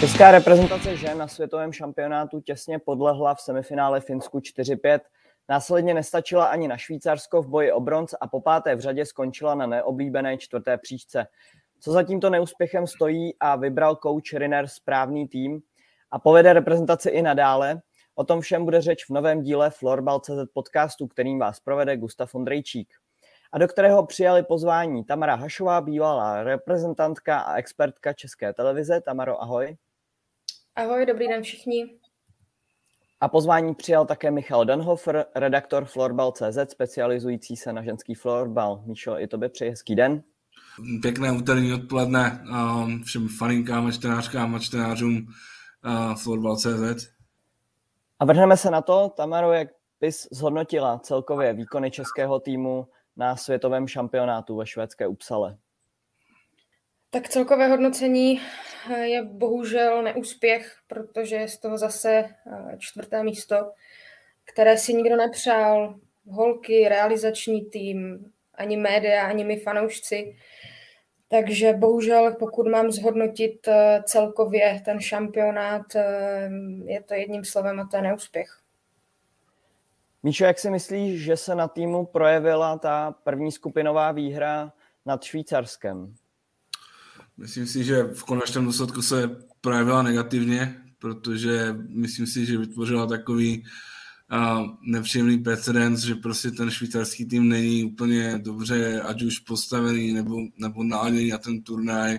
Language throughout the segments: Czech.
Česká reprezentace žen na světovém šampionátu těsně podlehla v semifinále Finsku 4-5. Následně nestačila ani na Švýcarsko v boji o bronz a po páté v řadě skončila na neoblíbené čtvrté příčce. Co za tímto neúspěchem stojí a vybral coach Rinner správný tým a povede reprezentaci i nadále? O tom všem bude řeč v novém díle Florbal.cz podcastu, kterým vás provede Gustav Ondrejčík. A do kterého přijali pozvání Tamara Hašová, bývalá reprezentantka a expertka České televize. Tamaro, ahoj. Ahoj, dobrý den všichni. A pozvání přijal také Michal Danhofer, redaktor Florbal.cz, specializující se na ženský florbal. Míšo, i tobě přeji hezký den. Pěkné úterní odpoledne všem faninkám a čtenářkám a čtenářům Florbal.cz. A vrhneme se na to, Tamaro, jak bys zhodnotila celkově výkony českého týmu na světovém šampionátu ve švédské Uppsale? Tak celkové hodnocení je bohužel neúspěch, protože je z toho zase čtvrté místo, které si nikdo nepřál. Holky, realizační tým, ani média, ani my fanoušci. Takže bohužel, pokud mám zhodnotit celkově ten šampionát, je to jedním slovem a to je neúspěch. Míšo, jak si myslíš, že se na týmu projevila ta první skupinová výhra nad Švýcarskem? Myslím si, že v konečném důsledku se projevila negativně, protože myslím si, že vytvořila takový nepříjemný precedens, že prostě ten švýcarský tým není úplně dobře, ať už postavený nebo naladěný na ten turnaj.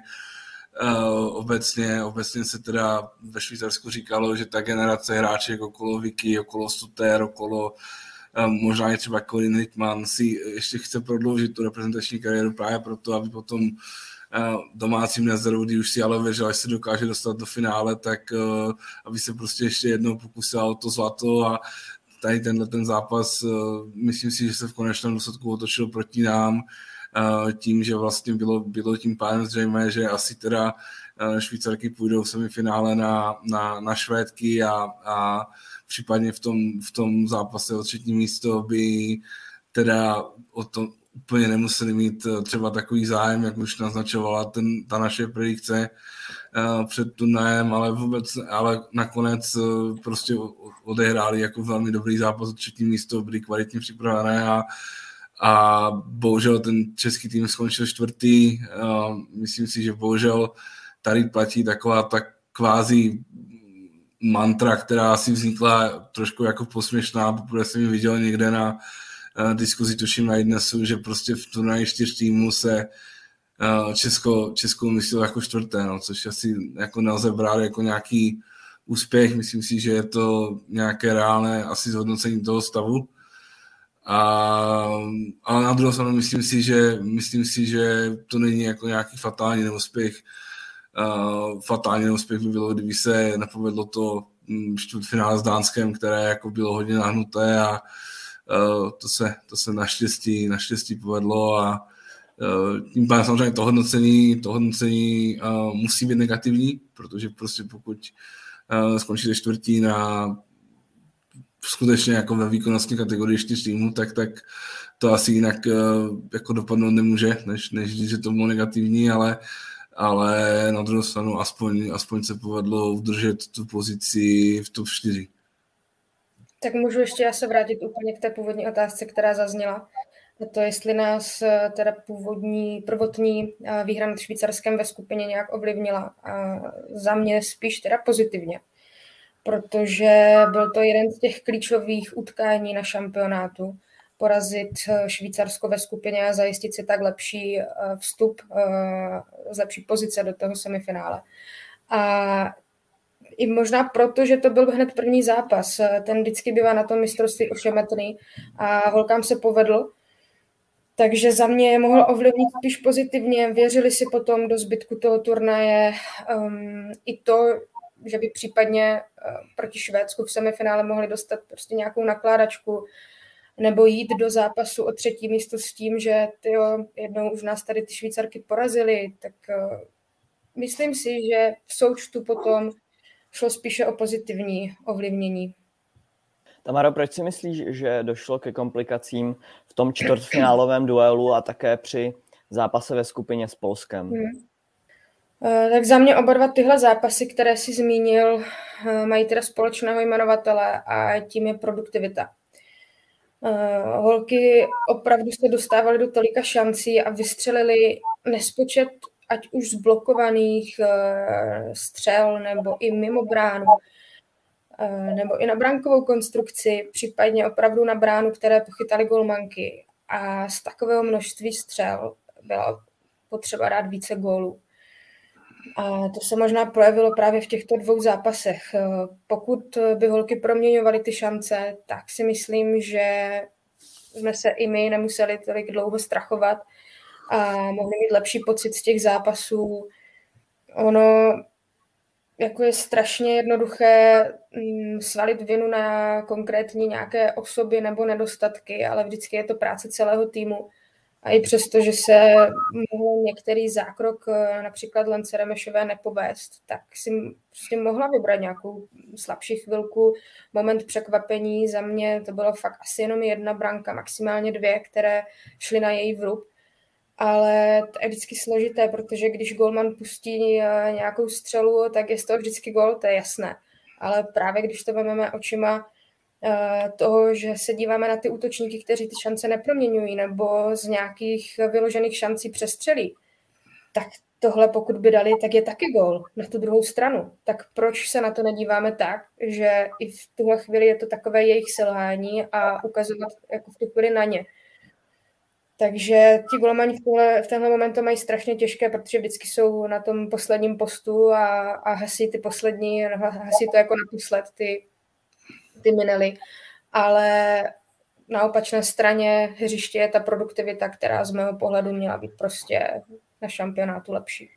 Obecně se teda ve Švýcarsku říkalo, že ta generace hráček okolo Vicky, okolo Suter, okolo možná i třeba Corinne Littmann si ještě chce prodloužit tu reprezentační kariéru právě proto, aby potom domácím nazaru, kdy už si ale věřil, až se dokáže dostat do finále, tak aby se prostě ještě jednou pokusila o to zlato a tady ten zápas, myslím si, že se v konečném důsledku otočil proti nám, tím, že vlastně bylo tím pádem zřejmé, že asi teda Švýcarky půjdou v semifinále na Švédky a případně v tom zápase o třetí místo by teda o tom úplně nemuseli mít třeba takový zájem, jak už naznačovala ta naše predikce před turnajem, ale nakonec prostě odehráli jako velmi dobrý zápas o třetí místo, byli kvalitně připravené a bohužel ten český tým skončil čtvrtý. Myslím si, že bohužel tady platí taková ta kvázi mantra, která asi vznikla trošku jako posměšná, protože jsem ji viděl někde na diskuzi, tuším na iDnesu, že prostě v turnaji 4 týmů se Česko myslelo jako čtvrté, což asi jako nelze brát jako nějaký úspěch. Myslím si, že je to nějaké reálné asi zhodnocení toho stavu. Ale na druhou stranu myslím si, že to není jako nějaký fatální neúspěch. Fatální neúspěch by bylo, kdyby se nepovedlo to čtvrtfinále s Dánskem, které jako bylo hodně nahnuté a to se naštěstí povedlo a tím pádem samozřejmě to hodnocení musí být negativní, protože prostě pokud skončíte čtvrtí na skutečně jako ve výkonnostní kategorii 4 týmů, tak to asi jinak jako dopadnout nemůže, než když je to bylo negativní, ale na druhou stranu aspoň se povedlo udržet tu pozici v top 4. Tak můžu ještě já se vrátit úplně k té původní otázce, která zazněla. A to, jestli nás teda prvotní výhra nad Švýcarskem ve skupině nějak ovlivnila. A za mě spíš teda pozitivně. Protože byl to jeden z těch klíčových utkání na šampionátu. Porazit Švýcarsko ve skupině a zajistit si tak lepší vstup, lepší pozice do toho semifinále. A i možná proto, že to byl hned první zápas. Ten vždycky bývá na tom mistrovství ošemetný a holkám se povedl. Takže za mě je mohl ovlivnit spíš pozitivně. Věřili si potom do zbytku toho turnaje i to, že by případně proti Švédsku v semifinále mohli dostat prostě nějakou nakládačku nebo jít do zápasu o třetí místo s tím, že jednou už nás tady ty Švýcarky porazily. Tak myslím si, že v součtu potom šlo spíše o pozitivní ovlivnění. Tamaro, proč si myslíš, že došlo ke komplikacím v tom čtvrtfinálovém duelu a také při zápase ve skupině s Polskem? Tak za mě oba dva tyhle zápasy, které si zmínil, mají teda společného jmenovatele a tím je produktivita. Holky opravdu se dostávaly do tolika šancí a vystřelili nespočet ať už zblokovaných střel nebo i mimo bránu, nebo i na brankovou konstrukci, případně opravdu na bránu, které pochytaly golmanky. A z takového množství střel bylo potřeba dát více gólů. A to se možná projevilo právě v těchto dvou zápasech. Pokud by holky proměňovaly ty šance, tak si myslím, že jsme se i my nemuseli tolik dlouho strachovat a mohli mít lepší pocit z těch zápasů. Ono jako je strašně jednoduché svalit vinu na konkrétní nějaké osoby nebo nedostatky, ale vždycky je to práce celého týmu. A i přesto, že se mohl některý zákrok například Lence Remešové nepovést, tak si prostě mohla vybrat nějakou slabší chvilku, moment překvapení. Za mě to bylo fakt asi jenom jedna branka, maximálně dvě, které šly na její vrub. Ale to je vždycky složité, protože když golman pustí nějakou střelu, tak je z toho vždycky gól, to je jasné. Ale právě když to vezmeme očima toho, že se díváme na ty útočníky, kteří ty šance neproměňují nebo z nějakých vyložených šancí přestřelí, tak tohle pokud by dali, tak je taky gól na tu druhou stranu. Tak proč se na to nedíváme tak, že i v tuhle chvíli je to takové jejich selhání a ukazovat jako v tu chvíli na ně. Takže ti golmani v tenhle momentu mají strašně těžké, protože vždycky jsou na tom posledním postu a hasí ty poslední, hasí to jako naposled ty minely. Ale na opačné straně hřiště je ta produktivita, která z mého pohledu měla být prostě na šampionátu lepší.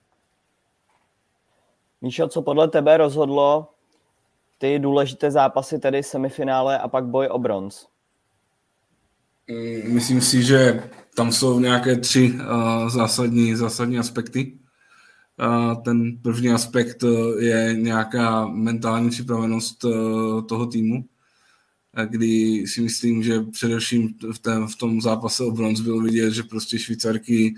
Míšo, co podle tebe rozhodlo ty důležité zápasy, tedy semifinále a pak boj o bronz? Myslím si, že tam jsou nějaké tři zásadní aspekty. Ten první aspekt je nějaká mentální připravenost toho týmu, kdy si myslím, že především v tom zápase o bronz bylo vidět, že prostě Švýcarky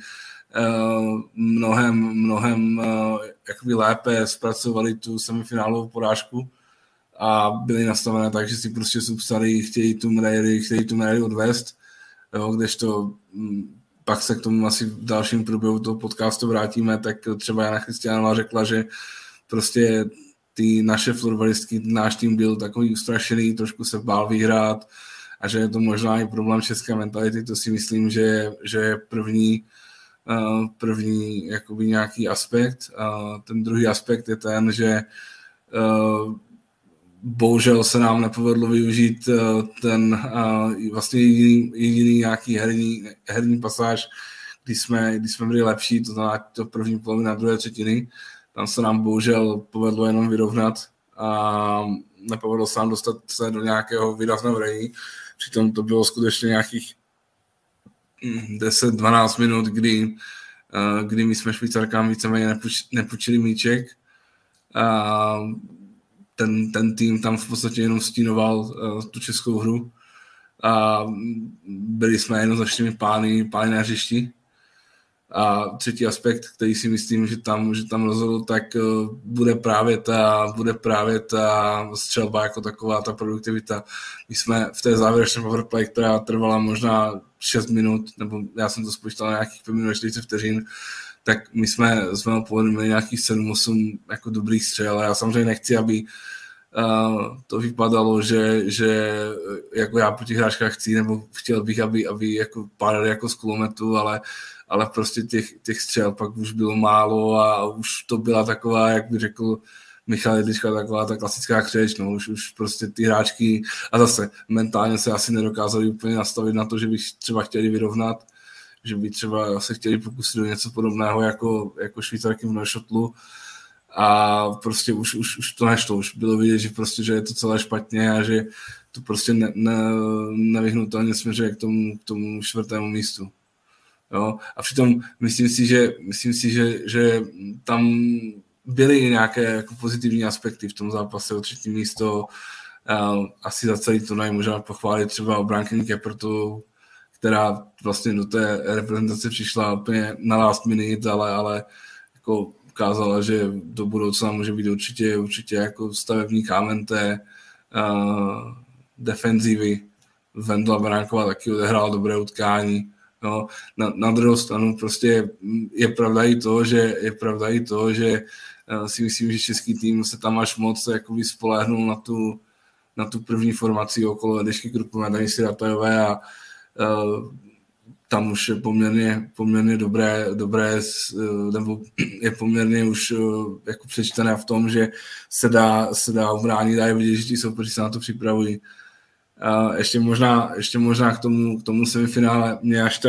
mnohem jakoby lépe zpracovali tu semifinálovou porážku a byly nastavené tak, že si prostě substali, chtějí tu medaili odvést, jo, kdežto pak se k tomu asi v dalším průběhu toho podcastu vrátíme, tak třeba Jana Christianová řekla, že prostě ty naše florbalistky, náš tým byl takový ustrašený, trošku se bál vyhrát a že je to možná i problém české mentality, to si myslím, že je první jakoby nějaký aspekt. Ten druhý aspekt je ten, že bohužel se nám nepovedlo využít ten vlastně jediný nějaký herní pasáž, kdy jsme byli lepší, to znamená to první polovina druhé třetiny. Tam se nám bohužel povedlo jenom vyrovnat a nepovedlo se nám dostat se do nějakého výrazného vedení. Přitom to bylo skutečně nějakých 10-12 minut, kdy my jsme Švýcarkám víceméně nepůjčili míček. Ten tým tam v podstatě jenom stínoval tu českou hru a byli jsme jednoznačnými pány na hřišti. A třetí aspekt, který si myslím, že tam rozhodl, tak bude právě ta střelba jako taková, ta produktivita. My jsme v té závěrečné powerplay, která trvala možná 6 minut, nebo já jsem to spočítal na nějakých 5 minut 40 vteřin, tak my jsme z mého pohledu měli nějakých 7-8 jako dobrých střel. A já samozřejmě nechci, aby to vypadalo, že jako já po těch hráčkách chci, nebo chtěl bych, aby jako pádali jako z kulometu, ale prostě těch střel pak už bylo málo a už to byla taková, jak by řekl Michal Jedlička, taková ta klasická křeč, no už prostě ty hráčky a zase mentálně se asi nedokázali úplně nastavit na to, že by třeba chtěli vyrovnat, že by třeba se chtěli pokusit do něco podobného jako Švýcarky v Neuchâtelu a prostě už to nešlo, už bylo vidět, že prostě, že je to celé špatně a že to prostě nevyhnutelně směřuje k tomu 4. místu. Jo? A přitom myslím si, že tam byly nějaké jako pozitivní aspekty v tom zápase o 3. místo. Asi za celý turnaj možná pochválit třeba obránkyni Kepertu, která vlastně do té reprezentace přišla úplně na last minute, ale jako ukázala, že do budoucna může být určitě jako stavební kámen té defenzívy. Vendla Beránková taky odehrála dobré utkání. No, na druhou stranu prostě je pravda i to, že si myslím, že český tým se tam až moc jakoby spoléhnul na tu první formaci okolo Elišky Krupové, Danisy Ratajové a tam už je poměrně dobré, nebo je poměrně už jako přečtené v tom, že se dá ubránit a je vidět, že ti soupeři se na to připravují. Ještě možná k tomu semifinále mě až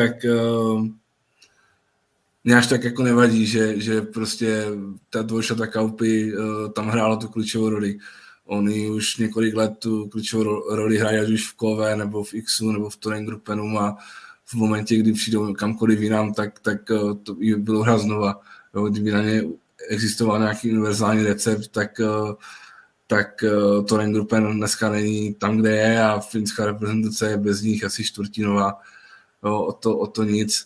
tak jako nevadí, že prostě ta dvojčata Kaupy tam hrála tu klíčovou roli. Oni už několik let tu klíčovou roli hrají, ať už v Kove, nebo v Xu, nebo v Thorengruppenu a v momentě, kdy přijdou kamkoliv jinam, tak to bylo hra znova. Jo, kdyby na ně existoval nějaký univerzální recept, tak Thorengruppen dneska není tam, kde je a finská reprezentace je bez nich asi čtvrtinová. Jo, o to nic.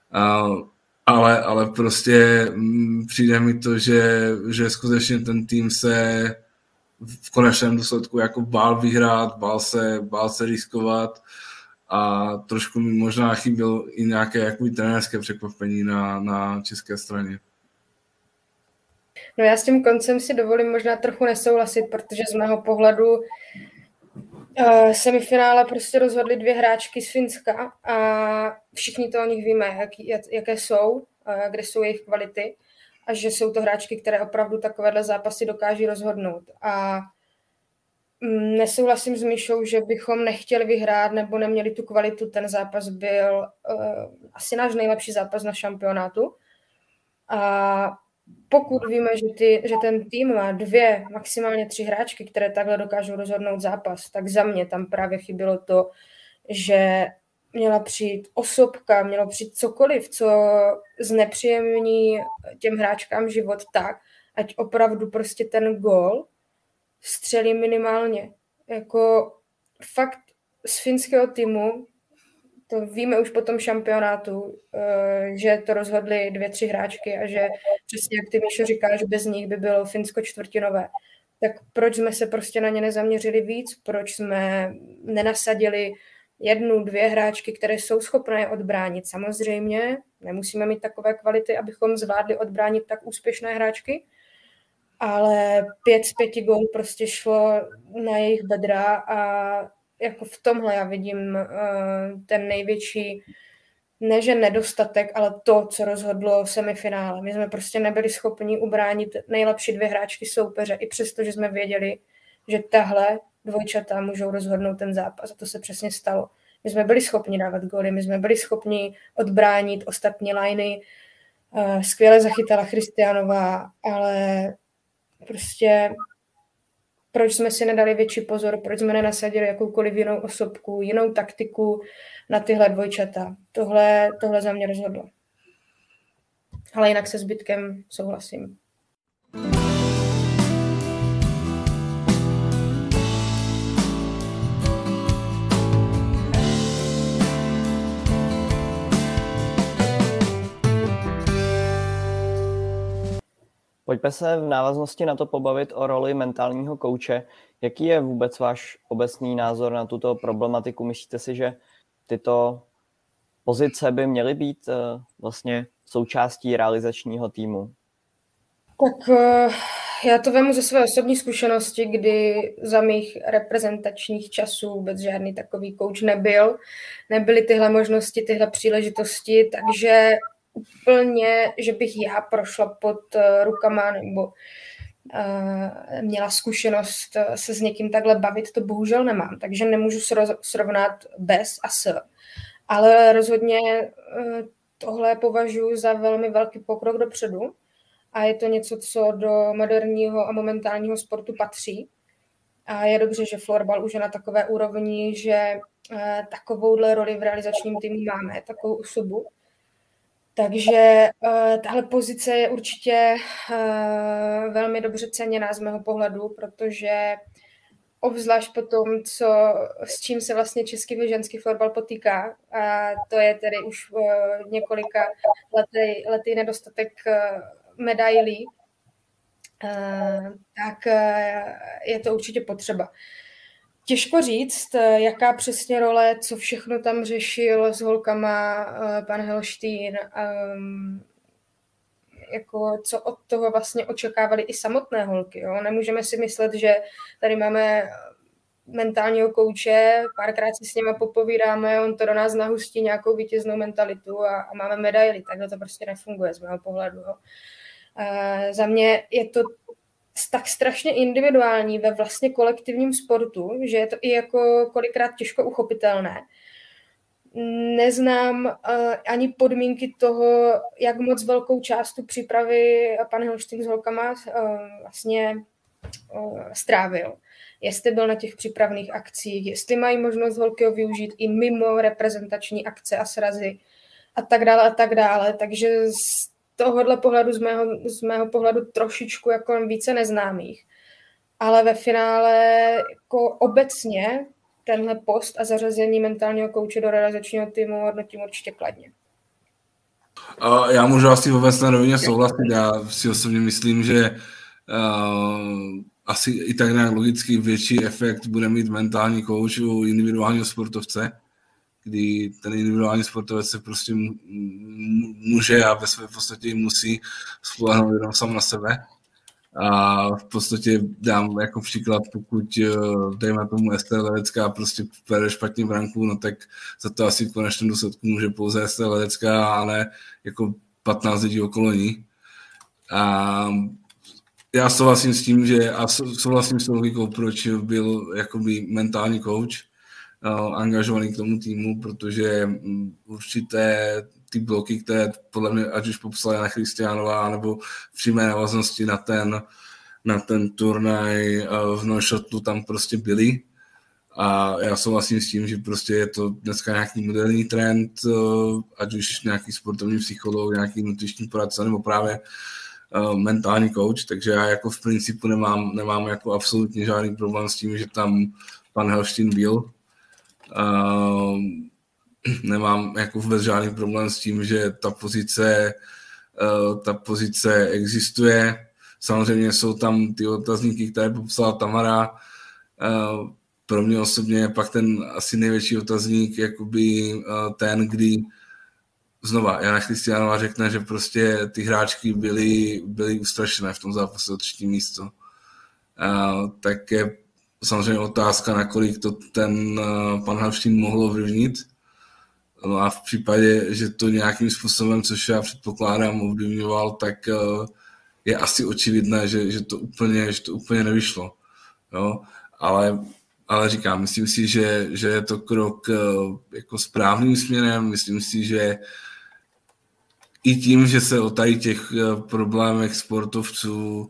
Ale prostě přijde mi to, že skutečně ten tým se v konečném důsledku jako bál vyhrát, bál se riskovat a trošku mi možná chybělo i nějaké jakoby trenérské překvapení na české straně. No já s tím koncem si dovolím možná trochu nesouhlasit, protože z mého pohledu semifinále prostě rozhodly 2 hráčky z Finska a všichni to o nich víme, jaké jsou, kde jsou jejich kvality a že jsou to hráčky, které opravdu takovéhle zápasy dokáží rozhodnout. A nesouhlasím s Míšou, že bychom nechtěli vyhrát nebo neměli tu kvalitu. Ten zápas byl asi náš nejlepší zápas na šampionátu. A pokud víme, že ten tým má 2, maximálně 3 hráčky, které takhle dokážou rozhodnout zápas, tak za mě tam právě chybělo to, že měla přijít osobka, mělo přijít cokoliv, co znepříjemní těm hráčkám život tak, ať opravdu prostě ten gól střelí minimálně. Jako fakt z finského týmu, to víme už po tom šampionátu, že to rozhodly 2-3 hráčky a že přesně jak ty, Míšo, říkáš, bez nich by bylo Finsko čtvrtinové. Tak proč jsme se prostě na ně nezaměřili víc? Proč jsme nenasadili 1-2 hráčky, které jsou schopné odbránit? Samozřejmě nemusíme mít takové kvality, abychom zvládli odbránit tak úspěšné hráčky, ale 5 z 5 gólů prostě šlo na jejich bedra a jako v tomhle já vidím ten největší, ne že nedostatek, ale to, co rozhodlo semifinále. My jsme prostě nebyli schopni ubránit nejlepší 2 hráčky soupeře, i přesto, že jsme věděli, že tahle dvojčata můžou rozhodnout ten zápas. A to se přesně stalo. My jsme byli schopni dávat góly, my jsme byli schopni odbránit ostatní liney. Skvěle zachytala Christianová, ale prostě proč jsme si nedali větší pozor, proč jsme nenasadili jakoukoliv jinou osobku, jinou taktiku na tyhle dvojčata. Tohle za mě rozhodlo. Ale jinak se zbytkem souhlasím. Pojďme se v návaznosti na to pobavit o roli mentálního kouče. Jaký je vůbec váš obecný názor na tuto problematiku? Myslíte si, že tyto pozice by měly být vlastně součástí realizačního týmu? Tak já to vemu ze své osobní zkušenosti, kdy za mých reprezentačních časů vůbec žádný takový kouč nebyl. Nebyly tyhle možnosti, tyhle příležitosti, takže úplně, že bych já prošla pod rukama nebo měla zkušenost se s někým takhle bavit, to bohužel nemám, takže nemůžu srovnat bez a s. Ale rozhodně tohle považuji za velmi velký pokrok dopředu a je to něco, co do moderního a momentálního sportu patří. A je dobře, že florbal už je na takové úrovni, že takovouhle roli v realizačním týmu máme, takovou osobu. Takže tahle pozice je určitě velmi dobře ceněná z mého pohledu, protože obzvlášť po tom, s čím se vlastně český ženský florbal potýká, a to je tedy už několika letý nedostatek medailí, tak je to určitě potřeba. Těžko říct, jaká přesně role, co všechno tam řešil s holkama pan Helštýn, jako co od toho vlastně očekávali i samotné holky. Jo? Nemůžeme si myslet, že tady máme mentálního kouče, párkrát si s něma popovídáme, on to do nás nahustí nějakou vítěznou mentalitu a máme medaily. Takhle to prostě nefunguje z mého pohledu. Jo? Za mě je to tak strašně individuální ve vlastně kolektivním sportu, že je to i jako kolikrát těžko uchopitelné. Neznám ani podmínky toho, jak moc velkou část tu přípravy pan Helštýn s holkama vlastně strávil. Jestli byl na těch přípravných akcích, jestli mají možnost holky ho využít i mimo reprezentační akce a srazy a tak dále a tak dále. Takže z tohohle pohledu, z mého pohledu trošičku jako více neznámých. Ale ve finále jako obecně tenhle post a zařazení mentálního kouče do realizačního týmu hodnotím určitě kladně. Já můžu asi v obecné rovině souhlasit. Já si osobně myslím, že asi i tak nějak logicky větší efekt bude mít mentální kouč u individuálního sportovce, kdy ten individuální sportovec se prostě může a ve své podstatě musí spolehnout jenom sám na sebe. A v podstatě dám jako příklad, pokud dejme tomu Ester Ledecká prostě pere špatně branku, no tak za to asi v konečném důsledku může pouze Ester Ledecká, ale jako 15 lidí okolo ní. A já souhlasím s tím, souhlasím s logikou, proč byl jakoby mentální coach angažovaný k tomu týmu, protože určité ty bloky, které podle mě, ať už popsala Jana Christianová, nebo v přímé návaznosti na ten turnaj v no-shotu tam prostě byly. A já souhlasím s tím, že prostě je to dneska nějaký moderní trend, ať už nějaký sportovní psycholog, nějaký nutriční poradce, nebo právě mentální coach, takže já jako v principu nemám jako absolutně žádný problém s tím, že tam pan Helštýn byl. Nemám jako vůbec žádný problém s tím, že ta pozice existuje. Samozřejmě jsou tam ty otazníky, které popsala Tamara. Pro mě osobně je pak ten asi největší otazník jakoby ten, kdy znova Jana Christianová řekne, že prostě ty hráčky byly ustrašené v tom zápase o 3. místo. Tak je samozřejmě otázka, nakolik to ten pan Helštýn mohl ovlivnit. No a v případě, že to nějakým způsobem, což já předpokládám, ovlivňoval, tak je asi očividné, že to úplně nevyšlo. Jo? Ale říkám, myslím si, že je to krok jako správným směrem. Myslím si, že i tím, že se o tady těch problémech sportovců,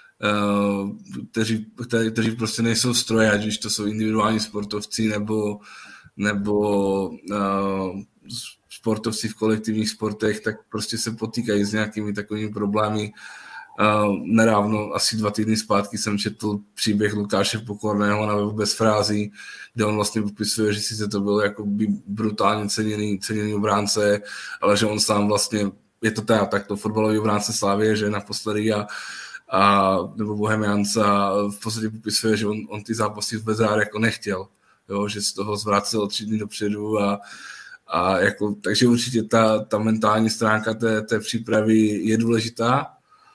kteří prostě nejsou stroje, ať už to jsou individuální sportovci nebo sportovci v kolektivních sportech, tak prostě se potýkají s nějakými takovými problémy. Nedávno, asi 2 týdny zpátky jsem četl příběh Lukáše Pokorného na webu Bez frází, kde on vlastně popisuje, že sice to byl jako brutálně ceněný obránce, ale že on sám vlastně, je to takto fotbalový obránce Slavie, že naposledy nebo Bohemians a v podstatě popisuje, že on ty zápasy vůbec rád jako nechtěl, jo, že z toho zvracel 3 dny dopředu a jako, takže určitě ta mentální stránka té přípravy je důležitá.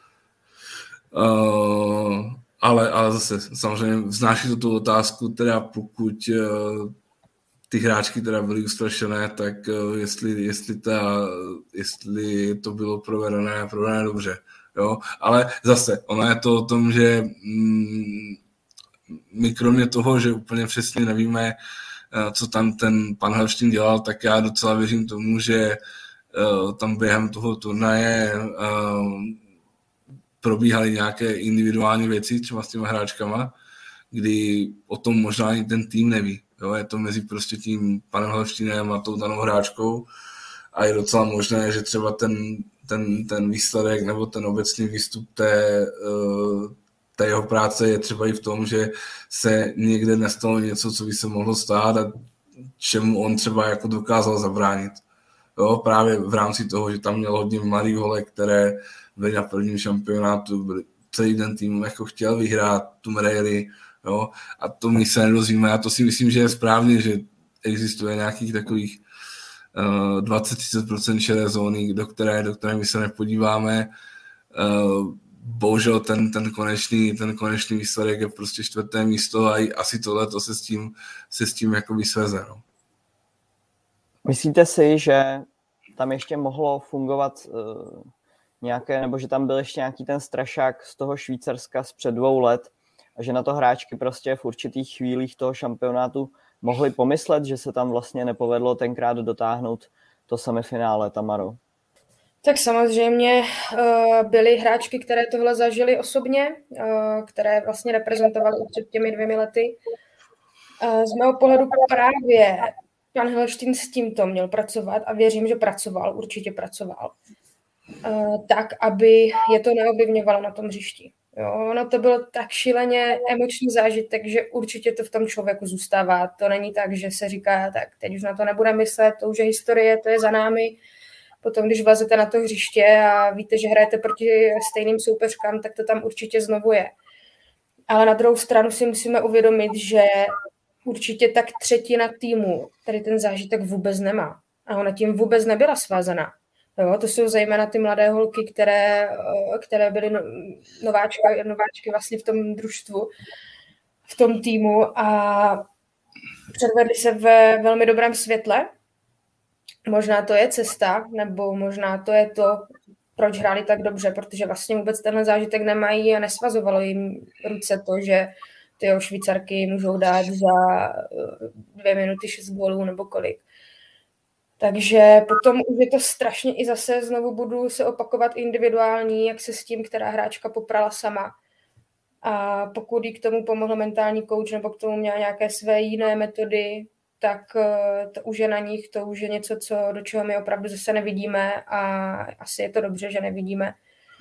Ale zase samozřejmě vznáší to tu otázku, teda pokud ty hráčky teda byly ustrašené, tak jestli to bylo provedené dobře. Jo? Ale zase, ono je to o tom, že my kromě toho, že úplně přesně nevíme, co tam ten pan Helštýn dělal, tak já docela věřím tomu, že tam během toho turnaje probíhaly nějaké individuální věci třeba s těma hráčkama, kdy o tom možná ani ten tým neví. Jo? Je to mezi prostě tím panem Helštínem a tou danou hráčkou a je docela možné, že třeba ten výsledek nebo ten obecný výstup té jeho práce je třeba i v tom, že se někde nestalo něco, co by se mohlo stát a čemu on třeba jako dokázal zabránit. Jo, právě v rámci toho, že tam měl hodně mladých holek, které byly na prvním šampionátu, celý ten tým jako chtěl vyhrát tu medaili, jo, a to my se nedozvíme. A to si myslím, že je správně, že existuje nějakých takových 20-30% šedé zóny, do které my se nepodíváme. Bohužel ten konečný výsledek je prostě 4. místo a asi tohle se s tím jako sveze. No. Myslíte si, že tam ještě mohlo fungovat nějaké, nebo že tam byl ještě nějaký ten strašák z toho Švýcarska z před 2 let a že na to hráčky prostě v určitých chvílích toho šampionátu mohli pomyslet, že se tam vlastně nepovedlo tenkrát dotáhnout to semifinále, Tamaro? Tak samozřejmě byly hráčky, které tohle zažily osobně, které vlastně reprezentovaly před těmi 2 lety. Z mého pohledu právě pan Helštejn s tímto měl pracovat a věřím, že určitě pracoval. Tak, aby je to neovlivňovalo na tom hřišti. Jo, ono to bylo tak šíleně emoční zážitek, že určitě to v tom člověku zůstává. To není tak, že se říká, tak teď už na to nebude myslet, to už je historie, to je za námi. Potom, když vlezete na to hřiště a víte, že hrajete proti stejným soupeřkám, tak to tam určitě znovu je. Ale na druhou stranu si musíme uvědomit, že určitě tak 1/3 týmu tady ten zážitek vůbec nemá. A ona tím vůbec nebyla svázaná. Jo, to jsou zejména ty mladé holky, které byly nováčky vlastně v tom družstvu, v tom týmu a předvedly se ve velmi dobrém světle. Možná to je cesta, nebo možná to je to, proč hráli tak dobře, protože vlastně vůbec tenhle zážitek nemají a nesvazovalo jim ruce to, že ty Švýcarky můžou dát za 2 minuty 6 gólů nebo kolik. Takže potom už je to strašně i zase znovu budu se opakovat individuální, jak se s tím, která hráčka poprala sama. A pokud jí k tomu pomohl mentální kouč nebo k tomu měla nějaké své jiné metody, tak to už je na nich, to už je něco, do čeho my opravdu zase nevidíme a asi je to dobře, že nevidíme.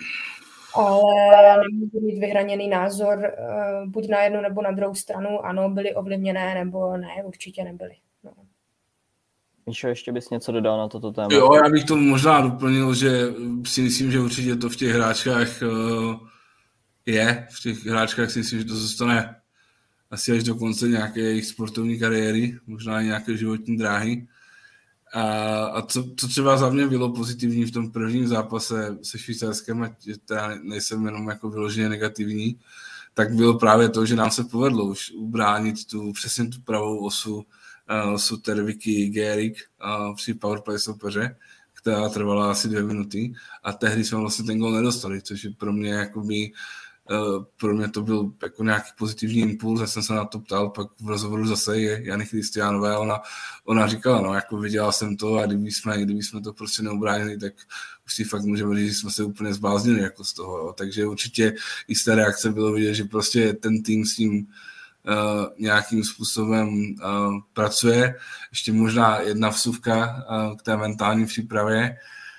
Ale nemůžu mít vyhraněný názor buď na jednu nebo na druhou stranu. Ano, byly ovlivněné nebo ne, určitě nebyly. No. Míšo, ještě bys něco dodal na toto téma? Jo, já bych to možná doplnil, že si myslím, že určitě to v těch hráčkách je. V těch hráčkách si myslím, že to zůstane asi až do konce nějaké jejich sportovní kariéry, možná i nějaké životní dráhy. A co třeba za mě bylo pozitivní v tom prvním zápase se Švýcarskem, ať teda nejsem jenom jako vyloženě negativní, tak bylo právě to, že nám se povedlo už ubránit přesně tu pravou osu Terviky Gerik při powerplay soupeře, která trvala asi 2 minuty a tehdy jsme vlastně ten gól nedostali, což je pro mě to byl jako nějaký pozitivní impuls, já jsem se na to ptal, pak v rozhovoru zase je Jany Christianové a ona říkala, no jako viděla jsem to a kdyby jsme to prostě neubránili, tak už si fakt můžeme říct, že jsme se úplně zbláznili jako z toho, jo. Takže určitě i z té reakce bylo vidět, že prostě ten tým s tím nějakým způsobem pracuje. Ještě možná jedna vsuvka k té mentální přípravě.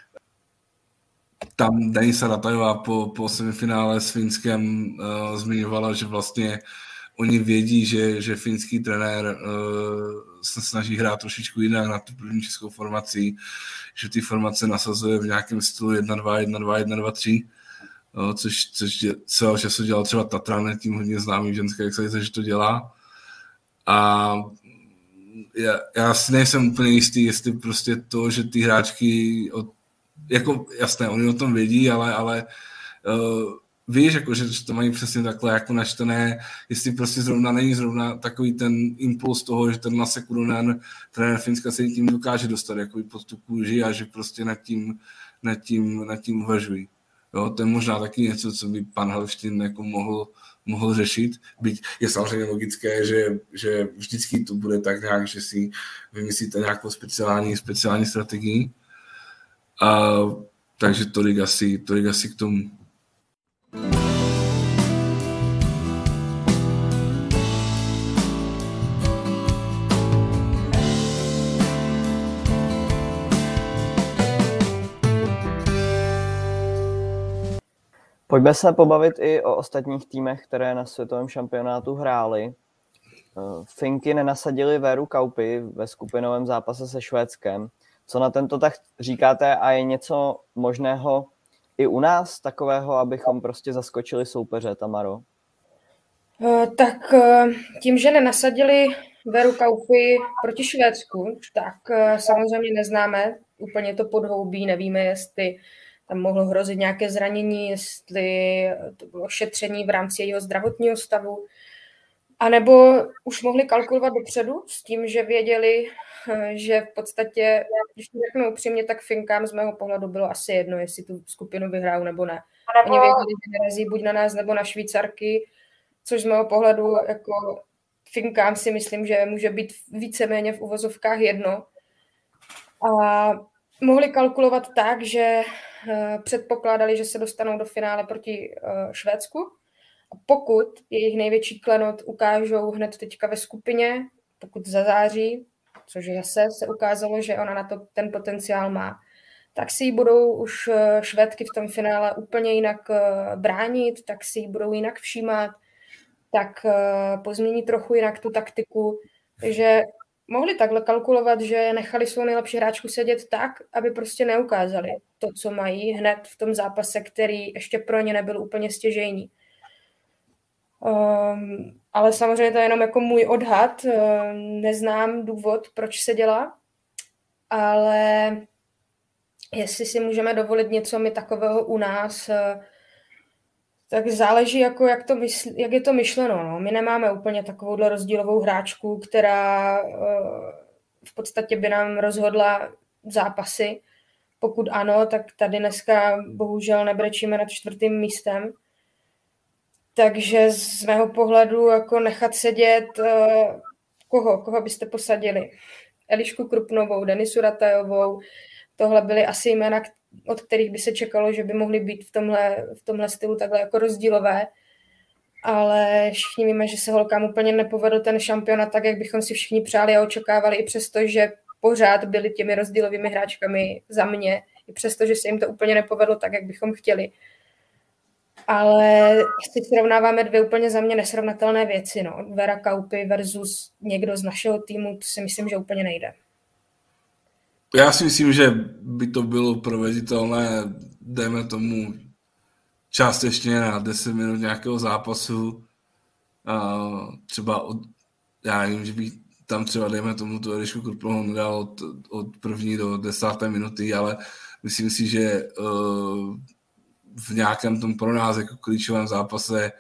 Tam Denisa Ratajová po semifinále s Finskem zmiňovala, že vlastně oni vědí, že finský trenér se snaží hrát trošičku jinak na tu první českou formaci, že ty formace nasazuje v nějakém stylu 1-2, 1-2, 1-2-3, což celého času dělal třeba Tatran, tím hodně známý v ženské extralize, že to dělá. A já si nejsem úplně jistý, jestli prostě to, že ty hráčky jako jasné, oni o tom vědí, ale víš, jako, že to mají přesně takhle jako načtené, jestli prostě není zrovna takový ten impuls toho, že ten Lasse Kurunen, trenér Finska, se tím dokáže dostat jako pod tu kůži a že prostě nad tím uvažují. Jo, to je možná taky něco, co by pan Helštejn jako mohl řešit. Byť je samozřejmě logické, že vždycky to bude tak nějak, že si vymyslíte nějakou speciální strategii. Takže tolik asi k tomu. Pojďme se pobavit i o ostatních týmech, které na světovém šampionátu hrály. Finky nenasadili Véru Kauppi ve skupinovém zápase se Švédskem, Co na tento tah říkáte a je něco možného i u nás takového, abychom prostě zaskočili soupeře, Tamaro? Tak tím, že nenasadili Veru Kaupy proti Švédsku, tak samozřejmě neznáme úplně to podhoubí, nevíme, jestli tam mohlo hrozit nějaké zranění, jestli to bylo šetření v rámci jejího zdravotního stavu, anebo už mohli kalkulovat dopředu s tím, že věděli, že v podstatě, když to řeknu upřímně, tak Finkám z mého pohledu bylo asi jedno, jestli tu skupinu vyhrajou nebo ne. Oni věděli, že narazí buď na nás nebo na Švýcarky, což z mého pohledu jako Finkám si myslím, že může být víceméně v uvozovkách jedno. A mohli kalkulovat tak, že předpokládali, že se dostanou do finále proti Švédsku. A pokud jejich největší klenot ukážou hned teďka ve skupině, pokud zazáří, což zase se ukázalo, že ona na to ten potenciál má, tak si ji budou už Švédky v tom finále úplně jinak bránit, tak si ji budou jinak všímat, tak pozmění trochu jinak tu taktiku. Takže mohli takhle kalkulovat, že nechali svou nejlepší hráčku sedět tak, aby prostě neukázali to, co mají hned v tom zápase, který ještě pro ně nebyl úplně stěžejní. Ale samozřejmě to je jenom jako můj odhad. Neznám důvod, proč se dělá, ale jestli si můžeme dovolit něco mi takového u nás, tak záleží, jako jak je to myšleno. No. My nemáme úplně takovouhle rozdílovou hráčku, která v podstatě by nám rozhodla zápasy. Pokud ano, tak tady dneska bohužel nebrečíme nad 4. místem. Takže z mého pohledu jako nechat sedět, koho byste posadili? Elišku Krupnovou, Denisu Ratajovou, tohle byly asi jména, od kterých by se čekalo, že by mohly být v tomhle stylu takhle jako rozdílové. Ale všichni víme, že se holkám úplně nepovedl ten šampionát tak, jak bychom si všichni přáli a očekávali, i přesto, že pořád byli těmi rozdílovými hráčkami za mě, i přesto, že se jim to úplně nepovedlo tak, jak bychom chtěli. Ale si srovnáváme dvě úplně za mě nesrovnatelné věci. No. Vera Kaupy versus někdo z našeho týmu, to si myslím, že úplně nejde. Já si myslím, že by to bylo proveditelné, dejme tomu částečně na 10 minut nějakého zápasu. Třeba já nevím, že bych tam třeba, dejme tomu, tu Elišku Krupnovou nedal od 1. do 10. minuty, ale myslím si, že v nějakém tom pro nás jako klíčovém zápase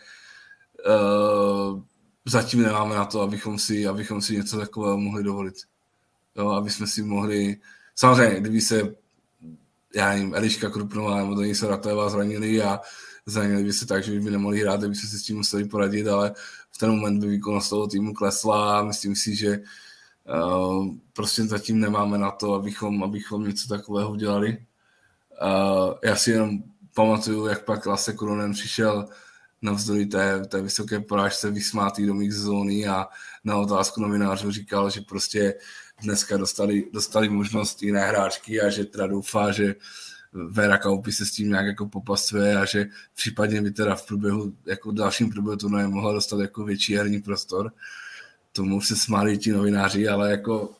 zatím nemáme na to, abychom si něco takového mohli dovolit. Jo, aby jsme si mohli... Samozřejmě, kdyby se, já nevím, Eliška Krupnová nebo Denisa Ratajová zranili a zranili by se tak, že by nemohli hrát, aby se s tím museli poradit, ale v ten moment by výkonnost toho týmu klesla a myslím si, že prostě zatím nemáme na to, abychom něco takového udělali. Já si jenom pamatuju, jak pak Lasse Kuronen přišel navzdory té vysoké porážce vysmátý do mix zóny a na otázku novinářů říkal, že prostě dneska dostali možnost jiné hráčky a že teda doufá, že Vera Kaupy se s tím nějak jako popasuje a že případně by teda v průběhu, jako dalším průběhu turnaje mohla dostat jako větší herní prostor. Tomu se smáli ti novináři, ale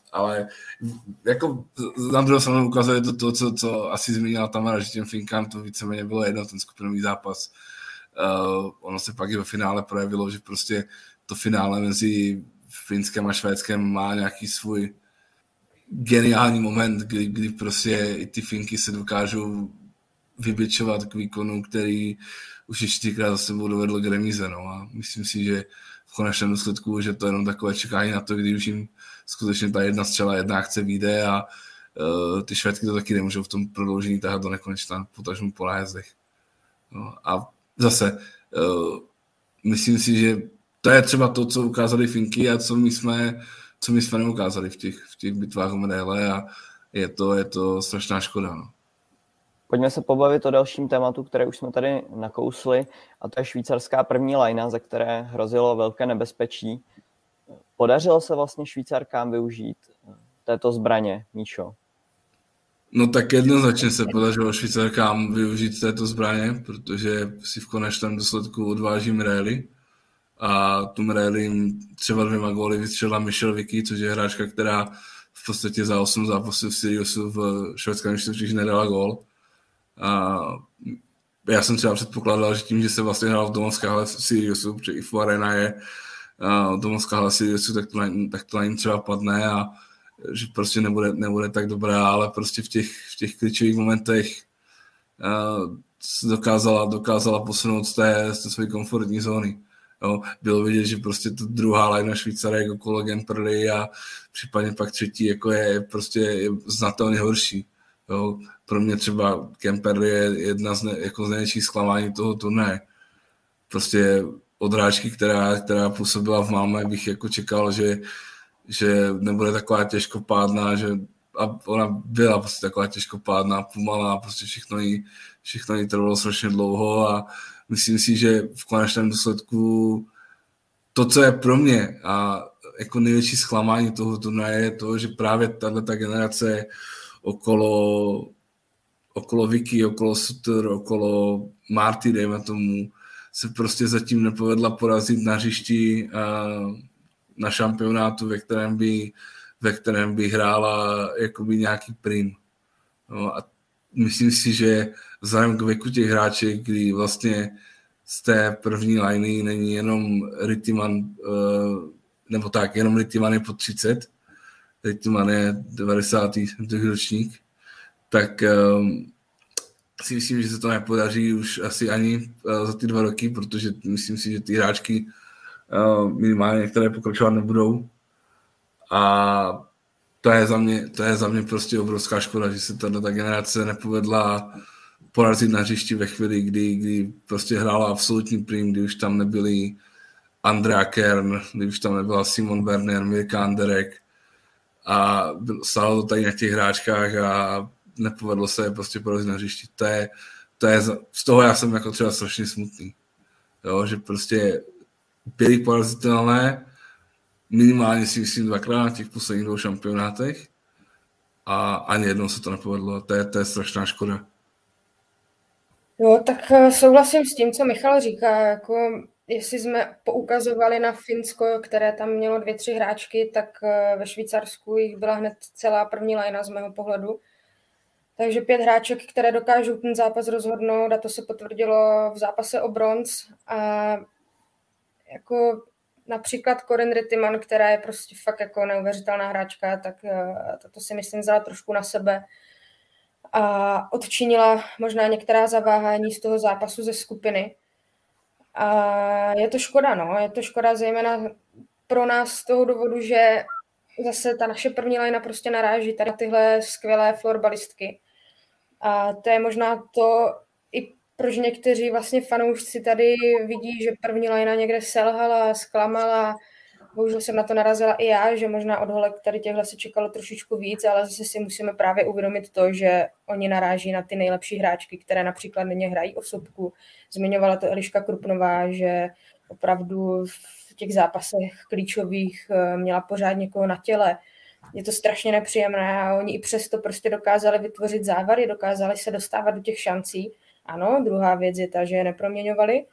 na druhou stranu ukazuje to, co asi zmínila Tamara, že těm Finkám to víceméně bylo jedno, ten skupinový zápas. Ono se pak i ve finále projevilo, že prostě to finále mezi Finskem a Švédskem má nějaký svůj geniální moment, kdy prostě i ty Finky se dokážou vybičovat k výkonu, který už 4krát za sebou dovedl k remíze. No. A myslím si, že v konečném důsledku, že to je jenom takové čekání na to, když už jim skutečně ta jedna střela, jedna akce vyjde a ty Švédky to taky nemůžou v tom prodloužení tahat do nekonečna, potažmu po nájezdech. No. A zase myslím si, že to je třeba to, co ukázali Finky a co my jsme neukázali v těch bitvách o medaile a je to strašná škoda. No. Pojďme se pobavit o dalším tématu, které už jsme tady nakousli, a to je švýcarská první lajna, ze které hrozilo velké nebezpečí. Podařilo se vlastně Švýcarkám využít této zbraně, Míšo? No tak jednoznačně se podařilo Švýcarkám využít této zbraně, protože si v konečném důsledku odváží Mreli a tu Mreli třeba 2 góly vystřelila Michelle Vicky, což je hráčka, která v podstatě za 8 zápasů v Siriusu v švédském mistrovství nedala gól. A já jsem třeba předpokládal, že tím, že se vlastně hrál v domovské hale Siriusu, protože i Arena je domovská hala Siriusu, tak to na ní třeba padne a že prostě nebude tak dobrá, ale prostě v těch klíčových momentech dokázala posunout z té své komfortní zóny. Jo, bylo vidět, že prostě ta druhá lajna Švýcarek okolo Gemperly a případně pak třetí jako je prostě znatelně horší. Jo. Pro mě třeba Gemperly je jedna z největších zklamání toho turnaje. Prostě od hráčky, která působila v Malmö, bych jako čekal, že nebude taková těžkopádná, a ona byla prostě taková těžkopádná, pomalá, prostě všechno jí trvalo strašně dlouho a myslím si, že v konečném důsledku to, co je pro mě a jako největší zklamání toho turnaje je to, že právě tato generace okolo Vicky, okolo Sutter, okolo Marty, dejme tomu, se prostě zatím nepovedla porazit na hřišti na šampionátu, ve kterém by hrála jakoby nějaký prim. No a myslím si, že vzhledem k věku těch hráček, kdy vlastně z té první liney není jenom Rittiman, nebo tak, jenom Rittiman je pod 30, Rittiman je 90. ročník, tak si myslím, že se to nepodaří už asi ani za ty 2 roky, protože myslím si, že ty hráčky minimálně některé pokračovat nebudou. A to je za mě prostě obrovská škoda, že se ta generace nepovedla porazit na hřišti ve chvíli, kdy prostě hrála absolutní prim, kdy už tam nebyli Andrea Kern, kdy už tam nebyla Simon Werner, Mirka Anderek a stálo to tady na těch hráčkách a nepovedlo se je prostě porazit na hřišti. Z toho já jsem jako třeba strašně smutný. Jo, že prostě byli porazitelné, minimálně si myslím 2krát na těch posledních 2 šampionátech a ani jednou se to nepovedlo. To je strašná škoda. Jo, tak souhlasím s tím, co Michal říká. Jako, jestli jsme poukazovali na Finsko, které tam mělo 2-3 hráčky, tak ve Švýcarsku jich byla hned celá první lajna z mého pohledu. Takže 5 hráček, které dokážou ten zápas rozhodnout, a to se potvrdilo v zápase o bronz. A jako například Corinne Rittiman, která je prostě fakt jako neuvěřitelná hráčka, tak to si myslím vzala trošku na sebe a odčinila možná některá zaváhání z toho zápasu ze skupiny. A je to škoda, no. Je to škoda zejména pro nás z toho důvodu, že zase ta naše první lajna prostě naráží tady na tyhle skvělé florbalistky. A to je možná to, i proč někteří vlastně fanoušci tady vidí, že první lajna někde selhala, zklamala. Bohužel jsem na to narazila i já, že možná od holek tady těchhle se čekalo trošičku víc, ale zase si musíme právě uvědomit to, že oni naráží na ty nejlepší hráčky, které například nyní hrají osobku. Zmiňovala to Eliška Krupnová, že opravdu v těch zápasech klíčových měla pořád někoho na těle. Je to strašně nepříjemné a oni i přesto prostě dokázali vytvořit závary, dokázali se dostávat do těch šancí. Ano, druhá věc je ta, že je neproměňovali,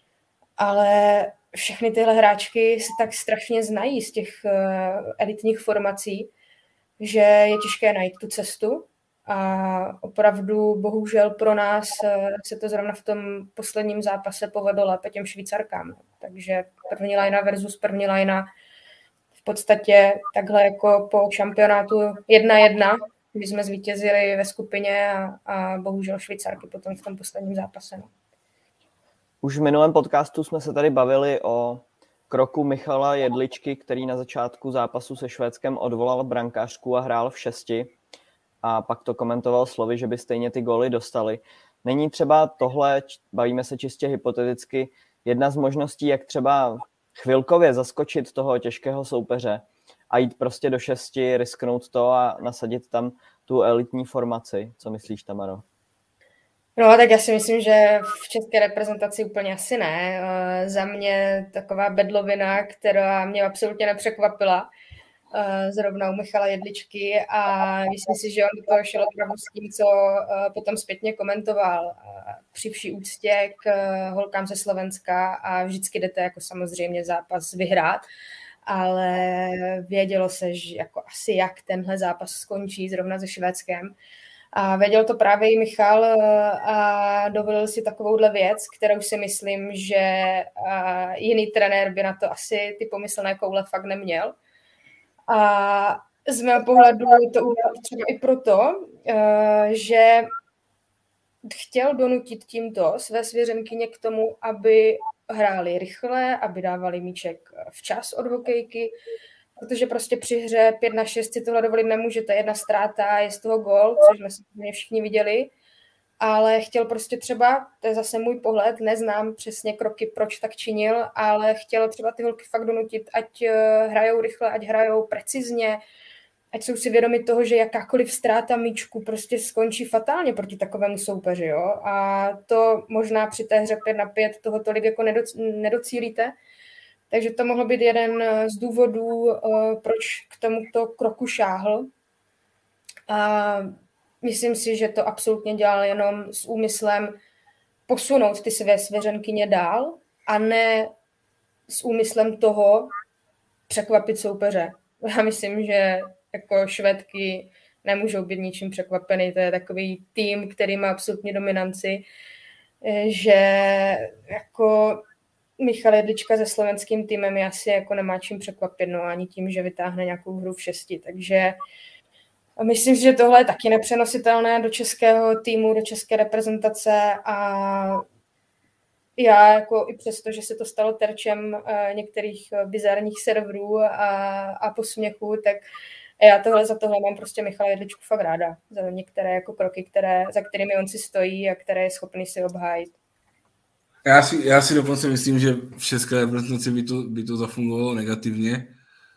ale všechny tyhle hráčky se tak strašně znají z těch elitních formací, že je těžké najít tu cestu a opravdu bohužel pro nás se to zrovna v tom posledním zápase povedlo lépe těm Švýcarkám. Takže první lajna versus první lajna v podstatě takhle jako po šampionátu 1-1, kdy jsme zvítězili ve skupině a bohužel Švýcarky potom v tom posledním zápase. No. Už v minulém podcastu jsme se tady bavili o kroku Michala Jedličky, který na začátku zápasu se Švédskem odvolal brankářku a hrál v 6 a pak to komentoval slovy, že by stejně ty góly dostali. Není třeba tohle, bavíme se čistě hypoteticky, jedna z možností, jak třeba chvilkově zaskočit toho těžkého soupeře a jít prostě do 6, risknout to a nasadit tam tu elitní formaci. Co myslíš, Tamaro? No, tak já si myslím, že v české reprezentaci úplně asi ne. Za mě taková bedlovina, která mě absolutně nepřekvapila, zrovna u Michala Jedličky a myslím si, že on do toho šel opravdu s tím, co potom zpětně komentoval. Při vší úctě k holkám ze Slovenska a vždycky jdete jako samozřejmě zápas vyhrát. ale vědělo se, že jako asi jak tenhle zápas skončí zrovna se Švédskem. A věděl to právě i Michal a dovolil si takovouhle věc, kterou si myslím, že jiný trenér by na to asi ty pomyslné koule fakt neměl. A z mého pohledu to udělal třeba i proto, že chtěl donutit tímto své svěřenkyně k tomu, aby hráli rychle, aby dávali míček včas od hokejky, protože prostě při hře 5-6 si tohle dovolit nemůžete. Jedna ztráta je z toho gól, což jsme samozřejmě všichni viděli, ale chtěl prostě třeba, to je zase můj pohled, neznám přesně kroky, proč tak činil, ale chtěl třeba ty holky fakt donutit, ať hrajou rychle, ať hrajou precizně, ať jsou si vědomi toho, že jakákoliv ztráta míčku prostě skončí fatálně proti takovému soupeři. Jo? A to možná při té hře 5-5 toho tolik jako nedocílíte. Takže to mohlo být jeden z důvodů, proč k tomuto kroku šáhl. A myslím si, že to absolutně dělal jenom s úmyslem posunout ty své svěřenkyně dál a ne s úmyslem toho překvapit soupeře. Já myslím, že jako Švédky nemůžou být ničím překvapený. To je takový tým, který má absolutní dominanci, že jako Michal Jedlička se slovenským týmem je asi jako nemá čím překvapit, no, ani tím, že vytáhne nějakou hru v 6. Takže myslím si, že tohle je taky nepřenositelné do českého týmu, do české reprezentace a já jako i přesto, že se to stalo terčem některých bizarních serverů a posměchů, tak já za tohle mám prostě Michala Jedličku fakt ráda. Za některé jako kroky, za kterými on si stojí a které je schopný si obhájit. Já si dokonce myslím, že v české reprezentaci by to zafungovalo negativně,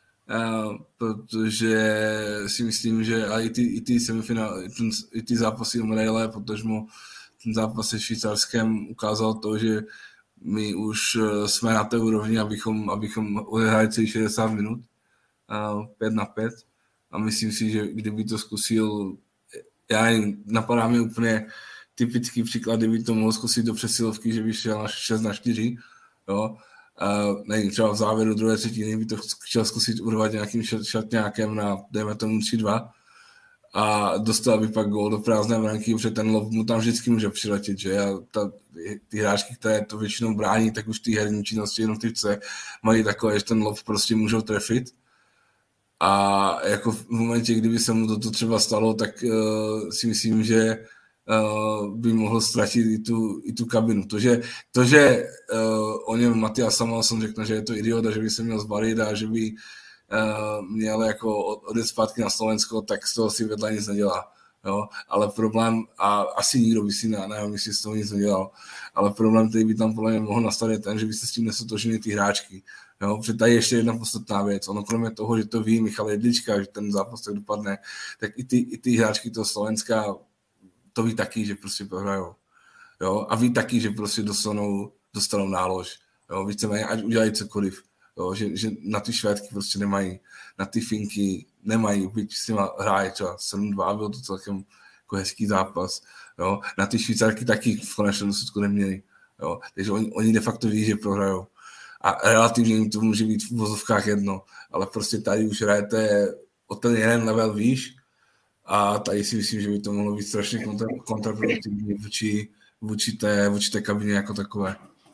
protože si myslím, že i ty semifinále, i ty zápasy o medaile, protože ten zápas se Švýcarskem ukázal to, že my už jsme na té úrovni, abychom odehráli celý 60 minut 5-5 a myslím si, že kdyby to zkusil, napadá mi úplně typický příklad, kdyby to mohl zkusit do přesilovky, že by šel na 6-4, jo. Nevím, třeba v závěru druhé třetiny by to chtěl zkusit urvat nějakým šatňákem na, dejme tomu 3-2 a dostal by pak gól do prázdné branky, protože ten lob mu tam vždycky může přiletět, že? Ty hráčky, které to většinou brání, tak už ty herní činnosti jednotlivce mají takové, že ten lob prostě můžou trefit. A jako v momentě, kdyby se mu to třeba stalo, tak si myslím, že by mohl ztratit i tu kabinu. To, že o něm Matias Samuelsson řekne, že je to idiot a že by se měl zbalit a že by měl jako odjet zpátky na Slovensko, tak z toho si vedle nic nedělá. Jo? Ale problém, a asi nikdo by si na jeho místě z toho nic nedělal, ale problém, který by tam podle mě mohl nastat, je ten, že by se s tím nesotožili ty hráčky. Jo? Protože tady je ještě jedna podstatná věc. Ono kromě toho, že to ví Michal Jedlička, že ten zápas tak dopadne, tak i ty hráčky toho Slovenska to ví taky, že prostě prohrajou. Jo? A ví taky, že prostě dostanou nálož. Jo? Víceméně, ať udělají cokoliv. Jo? Že na ty Švédky prostě nemají, na ty Finky nemají, byť s nima hráje třeba 7-2, byl to celkem jako hezký zápas. Jo? Na ty Švýcarky taky v konečném důsledku neměli. Jo? Takže oni de facto ví, že prohrajou. A relativně jim to může být v vozovkách jedno, ale prostě tady už hrajete o ten jeden level výš a tady si myslím, že by to mohlo být strašně kontraproduktivní vůči té kabině jako takové.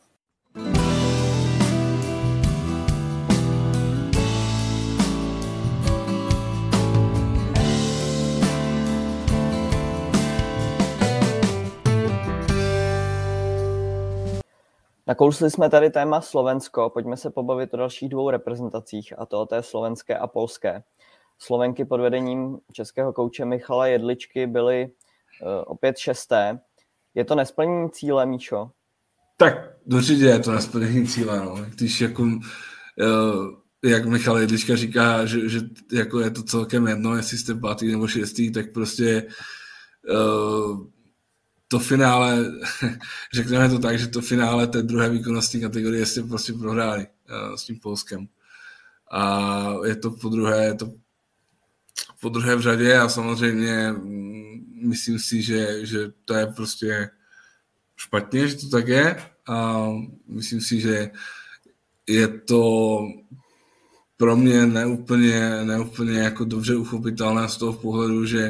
Nakousli jsme tady téma Slovensko, pojďme se pobavit o dalších 2 reprezentacích, a to o té slovenské a polské. Slovenky pod vedením českého kouče Michala Jedličky byly opět 6. Je to nesplnění cíle, Míšo? Tak určitě je to nesplnění cíle. No. Když jako, jak Michal Jedlička říká, že jako je to celkem jedno, jestli jste 5. nebo 6., tak prostě to finále, řekneme to tak, že to finále té druhé výkonnostní kategorie jste prostě prohráli s tím Polskem. A je to po druhé v řadě a samozřejmě myslím si, že to je prostě špatně, že to tak je a myslím si, že je to pro mě neúplně jako dobře uchopitelné z toho pohledu, že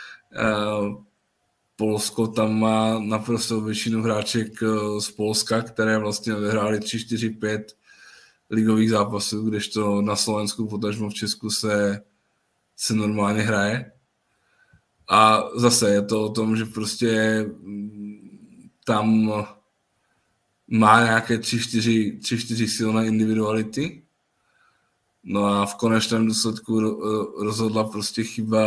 Polsko tam má naprosto většinu hráček z Polska, které vlastně vyhrály 3, 4, 5 ligových zápasů, kdežto na Slovensku, potažmo v Česku se normálně hraje. A zase je to o tom, že prostě tam má nějaké 3-4 silné individuality. No a v konečném důsledku rozhodla prostě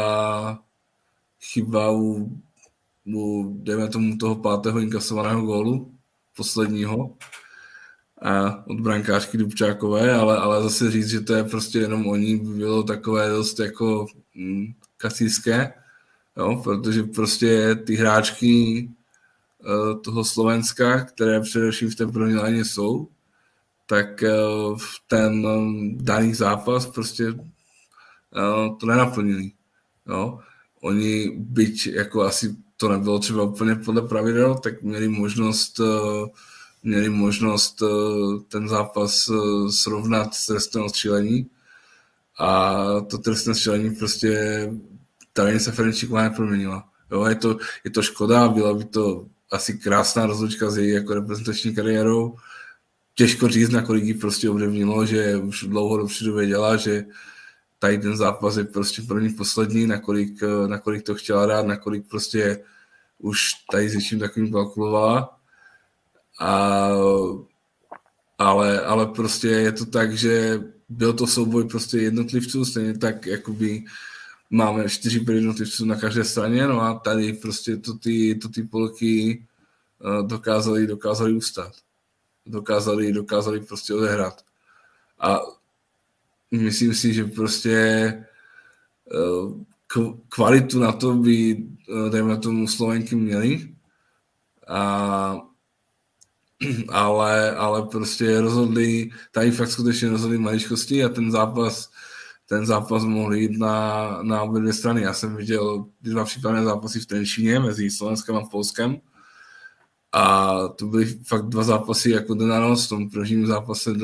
chyba u dejme tomu toho 5. inkasovaného gólu, posledního, od brankářky Dubčákové, ale zase říct, že to je prostě jenom o ní, by bylo takové dost jako kacířské, jo, protože prostě ty hráčky toho Slovenska, které především v té první léně jsou, tak v ten daný zápas prostě to nenaplnili. Jo. Oni, byť jako asi to nebylo třeba úplně podle pravidel, tak měli možnost ten zápas srovnat s trestného střílení. A to trestné střílení prostě tady se Ferencíková neproměnila. Jo, je to škoda, byla by to asi krásná rozlučka s její jako reprezentační kariérou. Těžko říct, nakolik jí prostě ovlivnilo, že už dlouho dopředu věděla, že tady ten zápas je prostě pro ní poslední, nakolik to chtěla dát, nakolik prostě už tady s něčím takovým kalkulovala. Ale prostě je to tak, že byl to souboj prostě jednotlivců, stejně tak jakoby máme 4-5 jednotlivců na každé straně, no a tady prostě to ty Polky dokázali ustát. Dokázali prostě odehrát. A myslím si, že prostě kvalitu na to by, dejme tomu, Slovenky měli, ale prostě rozhodli, tady fakt skutečně rozhodli maličkosti a ten zápas mohl jít na obě dvě strany. Já jsem viděl 2 případné zápasy v Trenčíně mezi Slovenskem a Polskem a to byly fakt 2 zápasy jako den a noc. V tom prvním zápase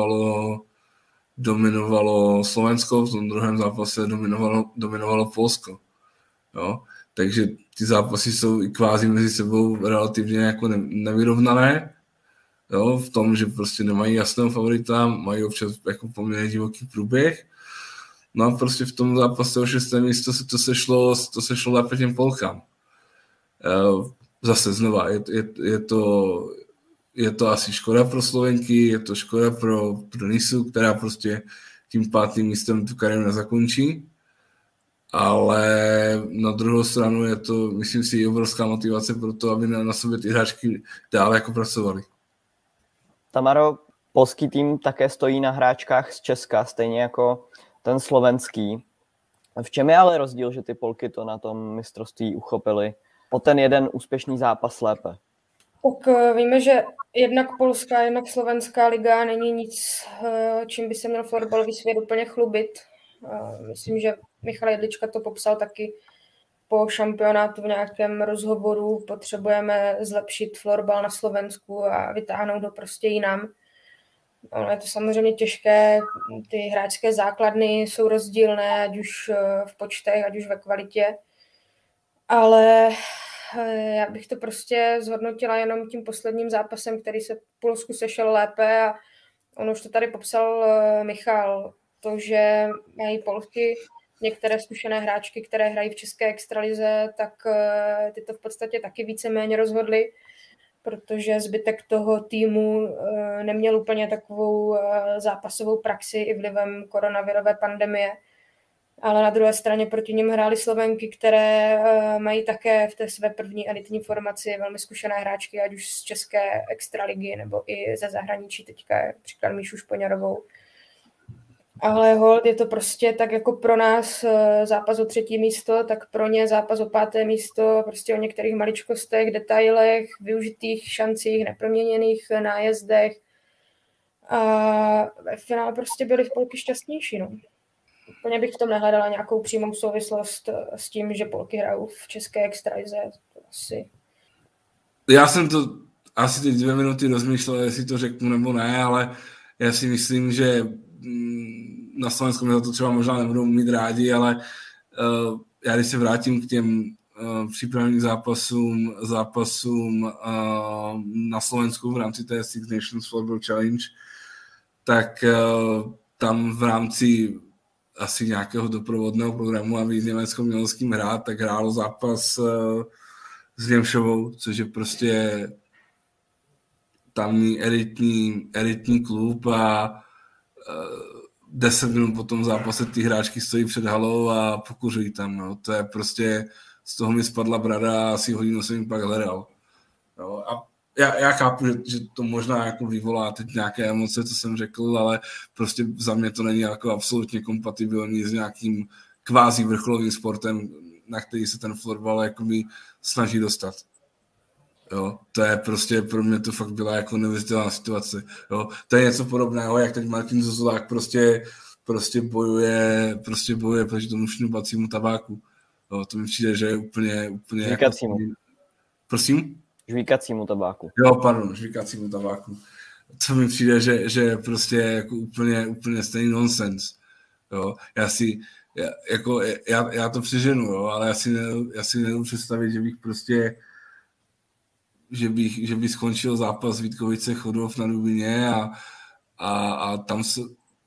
dominovalo Slovensko, v tom druhém zápase dominovalo Polsko. Jo? Takže ty zápasy jsou i kvázi mezi sebou relativně jako nevyrovnané, jo? V tom, že prostě nemají jasného favorita, mají občas jako poměrně divoký průběh. No a prostě v tom zápase o 6. místo to se šlo lépe těm Polkám. Zase znova, je to asi škoda pro Slovenky, je to škoda pro Nisu, která prostě tím 5. místem tu kariéru nezakončí, ale na druhou stranu je to, myslím si, obrovská motivace pro to, aby na sobě ty hráčky dále jako pracovali. Tamaro, polský tým také stojí na hráčkách z Česka, stejně jako ten slovenský. V čem je ale rozdíl, že ty Polky to na tom mistrovství uchopily po ten jeden úspěšný zápas lépe? Tak víme, že jednak polská, jednak slovenská liga není nic, čím by se měl florbalový svět úplně chlubit. Myslím, že Michal Jedlička to popsal taky po šampionátu v nějakém rozhovoru. Potřebujeme zlepšit florbal na Slovensku a vytáhnout ho prostě jinam. Ono je to samozřejmě těžké, ty hráčské základny jsou rozdílné, ať už v počtech, ať už ve kvalitě, ale já bych to prostě zhodnotila jenom tím posledním zápasem, který se v Polsku sešel lépe a on už to tady popsal Michal, to, že mají Polsky některé zkušené hráčky, které hrají v české extralize, tak ty to v podstatě taky víceméně rozhodly, protože zbytek toho týmu neměl úplně takovou zápasovou praxi i vlivem koronavirové pandemie. Ale na druhé straně proti nim hrály Slovenky, které mají také v té své první elitní formaci velmi zkušené hráčky, ať už z české extraligy nebo i ze zahraničí, teďka příklad Míšu Špoňarovou. Ale hold, je to prostě tak jako pro nás zápas o 3. místo, tak pro ně zápas o 5. místo, prostě o některých maličkostech, detailech, využitých šancích, neproměněných nájezdech. A ve finále prostě byli v Polky šťastnější, no. Úplně bych v tom nehledala nějakou přímou souvislost s tím, že Polky hrajou v české extralize. Asi. Já jsem to asi teď 2 minuty rozmýšlel, jestli to řeknu nebo ne, ale já si myslím, že na Slovensku mě za to třeba možná nebudou mít rádi, ale já když se vrátím k těm přípravným zápasům na Slovensku v rámci té Six Nations Floorball Challenge, tak tam v rámci asi nějakého doprovodného programu, aby s Německo mělo s kým hrát, tak hrálo zápas s Němšovou, což je prostě tamní elitní klub a 10 minut po tom zápase ty hráčky stojí před halou a pokuřují tam. No. To je prostě, z toho mi spadla brada a asi hodinu jsem jim pak hledal. No. A já chápu, že to možná jako vyvolá teď nějaké emoce, co jsem řekl, ale prostě za mě to není jako absolutně kompatibilní s nějakým kvázi vrcholovým sportem, na který se ten florbal jakoby snaží dostat. Jo, to je prostě, pro mě to fakt byla jako neuvěřitelná situace. Jo, to je něco podobného, jak teď Martin Zozulák prostě bojuje proti tomu šňupacímu tabáku. Jo, to mi přijde, že je úplně žvíkacímu. Jako... Prosím? Žvíkacímu tabáku. Jo, pardon, žvíkacímu tabáku. To mi přijde, že je prostě jako úplně stejný nonsens. Jo, já to přeženu, jo, ale já si nedovedu představit, že bych prostě že by skončil zápas Vítkovice Chodov na Dubině a tam se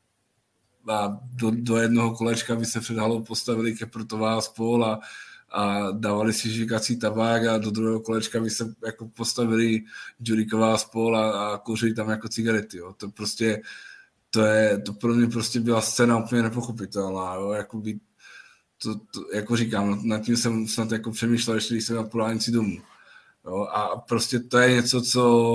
do jednoho kolečka by se před halou postavili Keprtová spol a dávali si žvíkací tabák a do druhého kolečka by se jako postavili Džuriková spol a kouřili tam jako cigarety. Jo. To prostě to pro mě prostě byla scéna úplně nepochopitelná. Jo. Jako říkám, nad tím jsem snad jako přemýšlel, ještě když jsem na polánci domů. Jo, a prostě to je něco,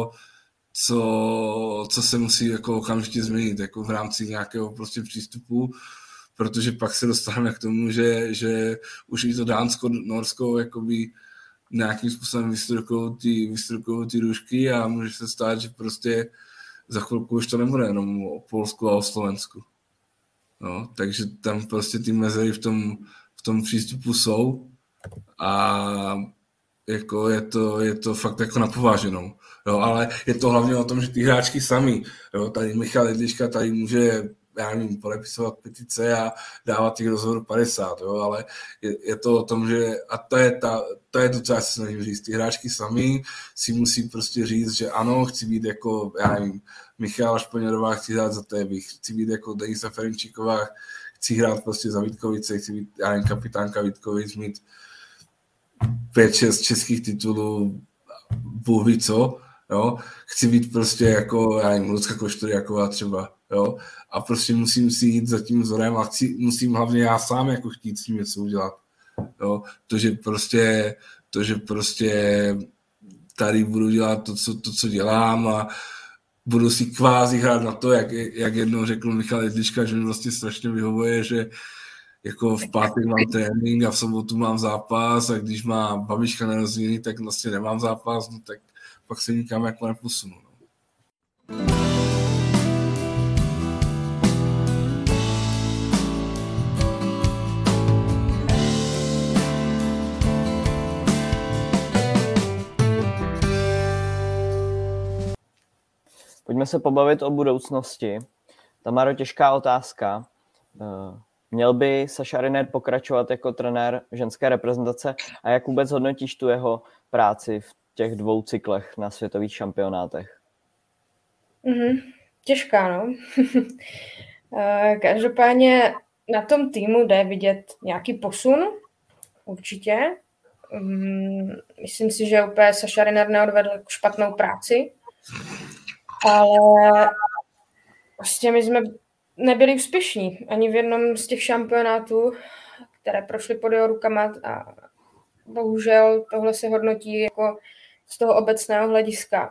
co se musí jako okamžitě změnit jako v rámci nějakého prostě přístupu, protože pak se dostaneme k tomu, že už i to Dánsko, Norsko jakoby nějakým způsobem vystrukují ty růžky a může se stát, že prostě za chvilku už to nebude jenom o Polsku a o Slovensku. No, takže tam prostě ty mezery v tom přístupu jsou a jako je to fakt jako na pováženou. Jo, ale je to hlavně o tom, že ty hráčky sami, jo, tady Michal Jedlička tady může, já nevím, podepisovat petice a dávat těch rozhovorů 50, jo, ale je to o tom, že, a to je to, co já se snažím říct, ty hráčky sami si musí prostě říct, že ano, chci být jako, já nevím, Michála Šponěrová, chci hrát za Téby, chci být jako Denisa Ferenčíková, chci hrát prostě za Vítkovice, chci být, já nevím, kapitánka Vítkovic, mít 5-6 českých titulů, Bůh ví co, jo, chci být prostě jako, já nevím, Lucka Koštoriaková třeba, jo, a prostě musím si jít za tím vzorem a musím hlavně já sám jako chtít s tím něco udělat, jo, to, že prostě tady budu dělat to, co dělám a budu si kvázi hrát na to, jak jednou řekl Michal Jedlička, že mi vlastně strašně vyhovuje, že jako v pátek mám trénink a v sobotu mám zápas a když má babička narozeniny, tak vlastně nemám zápas, no tak pak se nikam jako neposunu. No. Pojďme se pobavit o budoucnosti. Tamaro, těžká otázka. Měl by Saša Rinner pokračovat jako trenér ženské reprezentace a jak vůbec hodnotíš tu jeho práci v těch 2 cyklech na světových šampionátech? Těžká, no. Každopádně na tom týmu jde vidět nějaký posun, určitě. Myslím si, že úplně Saša Rinner neodvedl špatnou práci, ale prostě my jsme nebyli úspěšní ani v jednom z těch šampionátů, které prošly pod jeho rukama a bohužel tohle se hodnotí jako z toho obecného hlediska.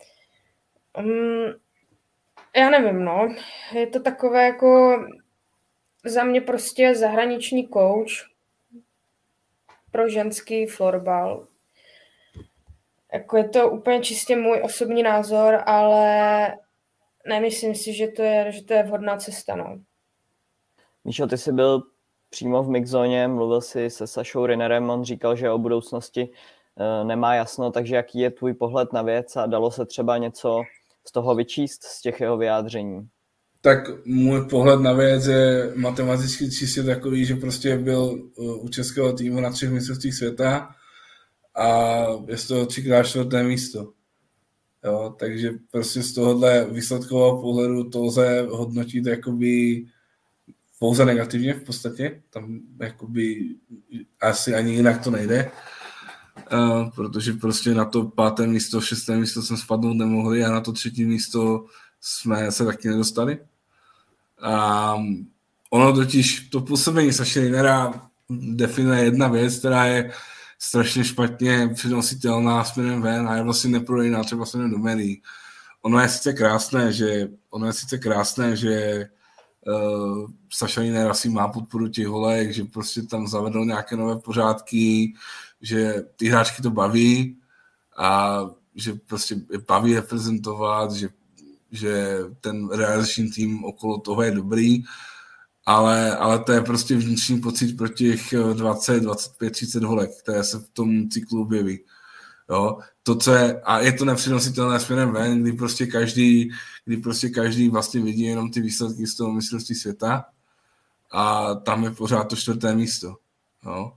Já nevím, no. Je to takové jako za mě prostě zahraniční coach pro ženský florbal. Jako je to úplně čistě můj osobní názor, ale nemyslím si, že to je vhodná cesta, no. Míšo, ty jsi byl přímo v mixzóně, mluvil jsi se Sašou Rinnerem, on říkal, že o budoucnosti nemá jasno, takže jaký je tvůj pohled na věc a dalo se třeba něco z toho vyčíst z těch jeho vyjádření? Tak můj pohled na věc je matematicky čistě takový, že prostě byl u českého týmu na 3 mistrovstvích světa a je z toho 3x 4. místo. Jo, takže prostě z tohohle výsledkového pohledu to lze hodnotit jakoby pouze negativně v podstatě. Tam jakoby asi ani jinak to nejde. Protože prostě na to 5. místo, 6. místo jsme spadnout nemohli a na to 3. místo jsme se taky nedostali. A ono totiž to působení Saši Reinera definuje jedna věc, která je strašně špatně přenositelná směrem ven a je vlastně neprodejná třeba směrem do médií. Ono je sice krásné, že Saša Reiner asi má podporu těch holek, že prostě tam zavedl nějaké nové pořádky, že ty hráčky to baví a že prostě baví reprezentovat, že ten realizační tým okolo toho je dobrý, ale to je prostě vnitřní pocit pro těch 20, 25, 30 holek, které se v tom cyklu objeví. Jo? A je to nepřenositelné směrem ven, kdy prostě každý vlastně vidí jenom ty výsledky z toho mistrovství světa a tam je pořád to 4. místo. Jo?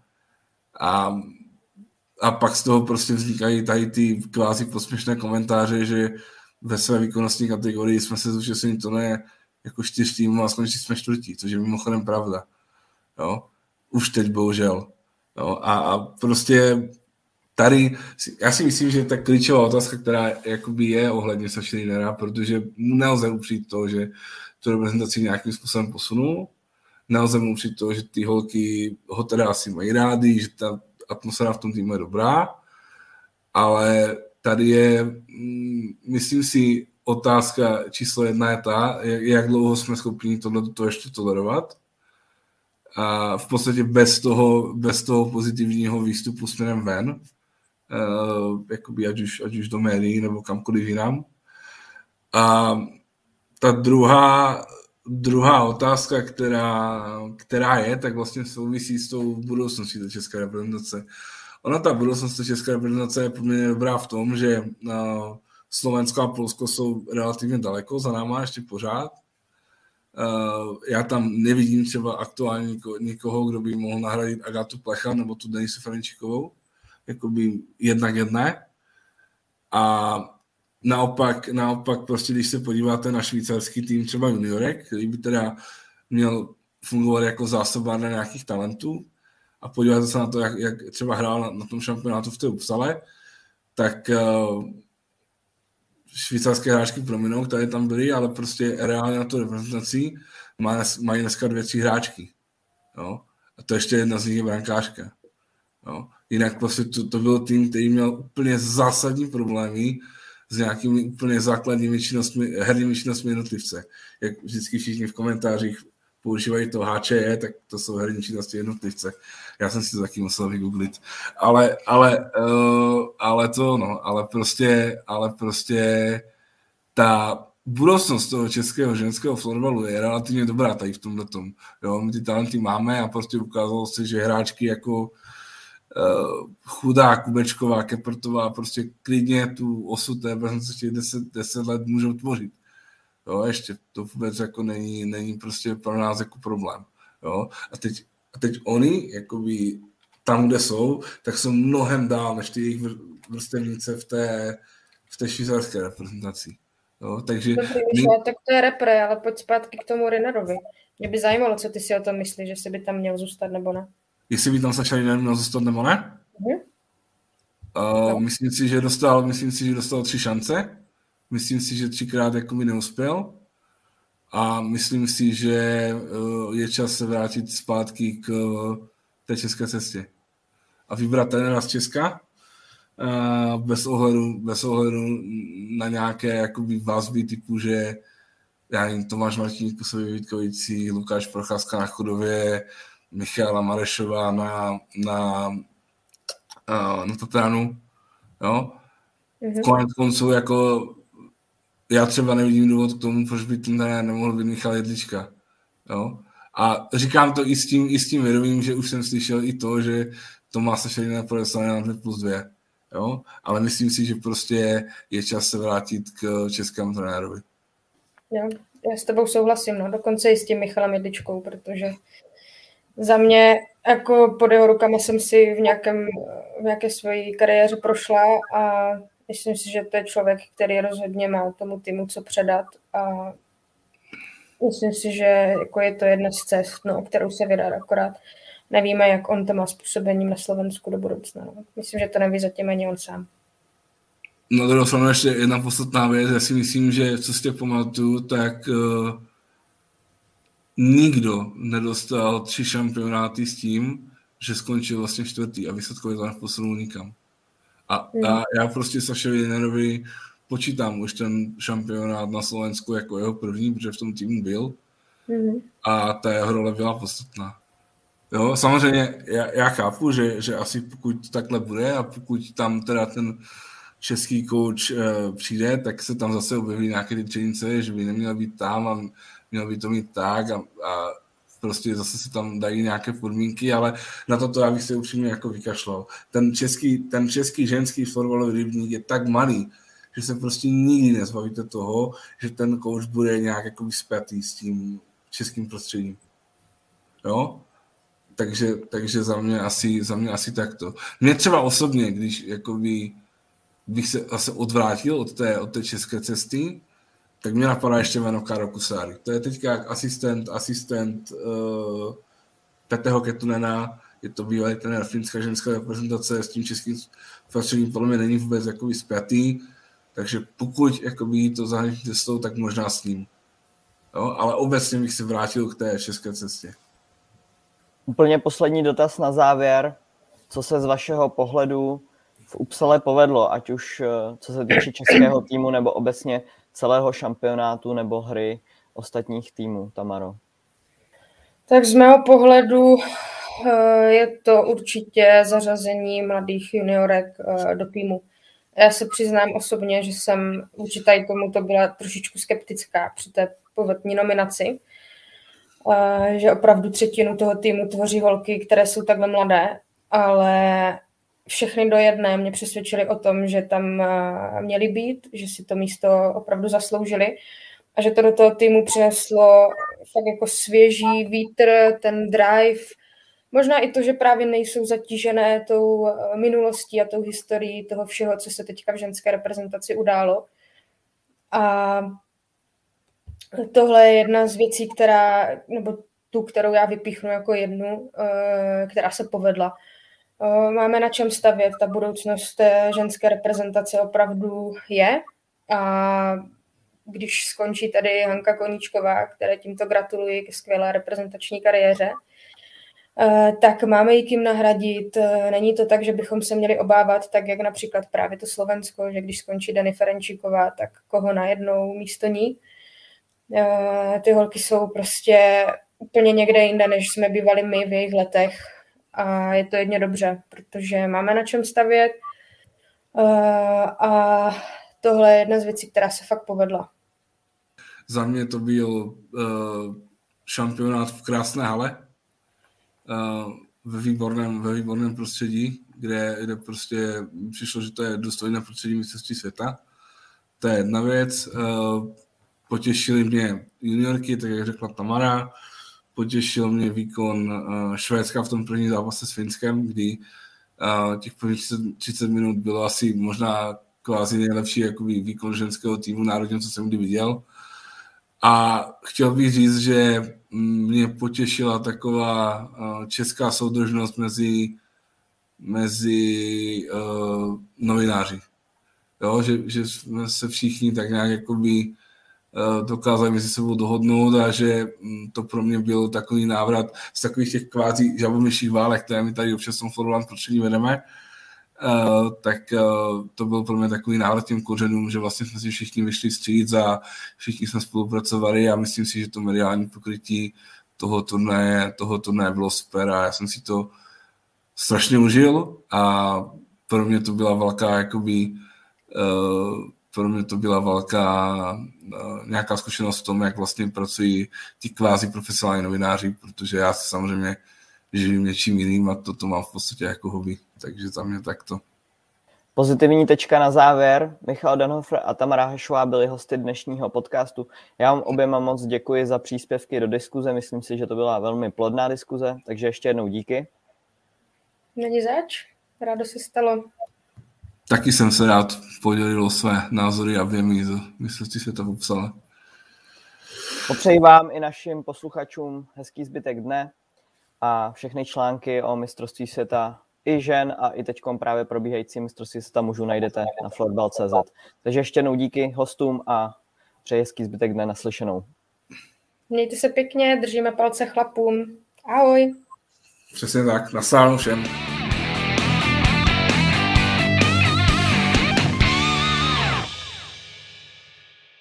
A pak z toho prostě vznikají tady ty kvázi posměšné komentáře, že ve své výkonnostní kategorii jsme se zúčastnili turnaje jako 4 týmů a skončili jsme 4., což je mimochodem pravda. Jo? Už teď bohužel. Jo? A prostě tady, já si myslím, že ta klíčová otázka, která jakoby je ohledně Saši Reinera, protože nelze upřít to, že tu reprezentaci nějakým způsobem posunul, nelze mu upřít to, že ty holky ho teda asi mají rádi, že ta atmosféra v tom týmu je dobrá, ale tady je, myslím si, otázka číslo 1 je ta, jak dlouho jsme schopni tohleto ještě tolerovat. A v podstatě bez toho pozitivního výstupu směrem ven, jakoby ať už do médií nebo kamkoliv jinam. A ta druhá otázka, která je, tak vlastně souvisí s tou budoucností té české reprezentace. Ona ta budoucnost té české reprezentace je poměrně dobrá v tom, že Slovensko a Polsko jsou relativně daleko za náma ještě pořád. Já tam nevidím třeba aktuálně nikoho, kdo by mohl nahradit Agatu Plecha nebo tu Denisu Ferenčikovou, jakoby 1:1. A naopak prostě, když se podíváte na švýcarský tým třeba juniorek, který by teda měl fungovat jako zásobárna nějakých talentů a podíváte se na to, jak třeba hrál na tom šampionátu v té Uppsale, tak švýcarské hráčky prominou, které tam byly, ale prostě reálně na tu reprezentaci mají dneska 2-3 hráčky. Jo? A to ještě jedna z nich je brankářka. Jo? Jinak prostě to byl tým, který měl úplně zásadní problémy s nějakými úplně základními herními činnostmi jednotlivce. Jak vždycky všichni v komentářích používají to HČE, tak to jsou herní činnosti jednotlivce. Já jsem si to taky musel vygooglit. Ale prostě ta budoucnost toho českého ženského florbalu je relativně dobrá tady v tomhletom. Jo, my ty talenty máme a prostě ukázalo se, že hráčky jako Chudá, Kubečková, Kepertová prostě klidně tu osu té prezentace 10 let můžou tvořit. Jo, ještě to vůbec jako není prostě pro nás jako problém. Jo? A teď oni, jakoby tam, kde jsou, tak jsou mnohem dál než ty jejich vrstevnice v té švýcarské reprezentaci. Jo? Takže tak to je repre, ale pojď zpátky k tomu Reinerovi. Mě by zajímalo, co ty si o tom myslíš, že si by tam měl zůstat nebo ne. Jestli by tam Saša Reiner měl zůstat nebo ne? Myslím si, že dostal 3 šance. Myslím si, že 3krát jakoby neuspěl. A myslím si, že je čas se vrátit zpátky k té české cestě. A vybrat trenéra z Česka bez ohledu na nějaké jakoby vazby typu, že já nevím, Tomáš Martíník působí Vítkovicí, Lukáš Procházka na Chodově, Michála Marešová na Tatranu. Jo? Konec konců jako já třeba nevidím důvod k tomu, proč by ten nemohl být Michal Jedlička. Jo? A říkám to i s tím vědomím, že už jsem slyšel i to, že to má Saša Reiner podepsané na 2+2. Jo? Ale myslím si, že prostě je čas se vrátit k českému trenérovi. Jo. já s tebou souhlasím, no, dokonce i s tím Michalem Jedličkou, protože za mě, jako pod jeho rukama jsem si v nějaké své kariéře prošla a myslím si, že to je člověk, který rozhodně má tomu týmu co předat a myslím si, že jako je to jedna z cest, no, kterou se vydat, akorát nevíme, jak on to má způsobením na Slovensku do budoucna. No. Myslím, že to neví zatím ani on sám. Na druhou stranu ještě jedna podstatná věc, já si myslím, že co si tě pamatuju, tak nikdo nedostal 3 šampionáty s tím, že skončil vlastně 4. a výsledkově to neposunul nikam. A já prostě Sašovi Jejnerovi počítám už ten šampionát na Slovensku jako jeho první, protože v tom týmu byl a ta jeho role byla podstatná. Jo, samozřejmě já chápu, že asi pokud takhle bude a pokud tam teda ten český coach přijde, tak se tam zase objeví nějaké ty třenice, že by neměl být tam a měl by to mít tak a prostě zase se tam dají nějaké podmínky, ale na toto já bych se upřímně jako vykašlal. Ten český ženský florbalový rybník je tak malý, že se prostě nikdy nezbavíte toho, že ten coach bude nějak jako spjatý s tím českým prostředím. Jo? Takže za mě asi takto. Mě třeba osobně, když jakoby bych se zase odvrátil od té české cesty, tak mě napadá ještě jméno Karo Kusáry. To je teďka asistent Peteho Ketunena, je to bývalý trenér finské ženské reprezentace, s tím českým prostředím podle mě není vůbec jakoby spjatý, takže pokud jakoby to zahraniční cestou, tak možná s ním. Jo? Ale obecně bych se vrátil k té české cestě. Úplně poslední dotaz na závěr. Co se z vašeho pohledu v Uppsale povedlo, ať už co se týče českého týmu nebo obecně celého šampionátu nebo hry ostatních týmů, Tamaro? Tak z mého pohledu je to určitě zařazení mladých juniorek do týmu. Já se přiznám osobně, že jsem vůči tomu byla trošičku skeptická při té původní nominaci, že opravdu 1/3 toho týmu tvoří holky, které jsou takhle mladé, ale všechny do jedné mě přesvědčili o tom, že tam měli být, že si to místo opravdu zasloužili a že to do toho týmu přineslo fakt jako svěží vítr, ten drive, možná i to, že právě nejsou zatížené tou minulostí a tou historií toho všeho, co se teďka v ženské reprezentaci událo. A tohle je jedna z věcí, kterou já vypíchnu jako jednu, která se povedla. Máme na čem stavět, ta budoucnost ženské reprezentace opravdu je a když skončí tady Hanka Koníčková, které tímto gratuluji ke skvělé reprezentační kariéře, tak máme ji kým nahradit. Není to tak, že bychom se měli obávat, tak jak například právě to Slovensko, že když skončí Dany Ferenčíková, tak koho najednou místo ní. Ty holky jsou prostě úplně někde jinde, než jsme bývali my v jejich letech. A je to jedně dobře, protože máme na čem stavět a tohle je jedna z věcí, která se fakt povedla. Za mě to byl šampionát v krásné hale, ve výborném prostředí, kde prostě přišlo, že to je důstojné prostředí mistrovství světa. To je jedna věc. Potěšili mě juniorky, tak jak řekla Tamara. Potěšil mě výkon Švédska v tom prvním zápase s Finskem, kdy těch prvních 30 minut bylo asi možná kvázi nejlepší jakoby výkon ženského týmu národního, co jsem kdy viděl. A chtěl bych říct, že mě potěšila taková česká soudržnost mezi novináři. Jo, že jsme se všichni tak nějak jakoby dokázali mezi sebou dohodnout a že to pro mě byl takový návrat z takových těch kvázi žabomyších válek, které my tady občas v tom fotbalovém prostředí vedeme, tak to byl pro mě takový návrat těm kořenům, že vlastně jsme si všichni vyšli vstříc a všichni jsme spolupracovali a myslím si, že to mediální pokrytí toho turnaje bylo super a já jsem si to strašně užil a pro mě to byla velká jakoby nějaká zkušenost v tom, jak vlastně pracují ti kvázi profesionální novináři, protože já se samozřejmě živím něčím jiným a toto mám v podstatě jako hobby, takže za mě takto. Pozitivní tečka na závěr. Michal Danhofer a Tamara Hašová byli hosty dnešního podcastu. Já vám oběma moc děkuji za příspěvky do diskuze. Myslím si, že to byla velmi plodná diskuze, takže ještě jednou díky. Není zač, rádo se stalo. Taky jsem se rád podělil o své názory a věmy z mistrovství světa v Uppsale. Popřeji vám i našim posluchačům hezký zbytek dne a všechny články o mistrovství světa i žen a i teďkom právě probíhající mistrovství světa mužů najdete na florbal.cz. Takže ještě jednou díky hostům a přeji hezký zbytek dne, naslyšenou. Mějte se pěkně, držíme palce chlapům. Ahoj. Přesně tak, naslánou všem.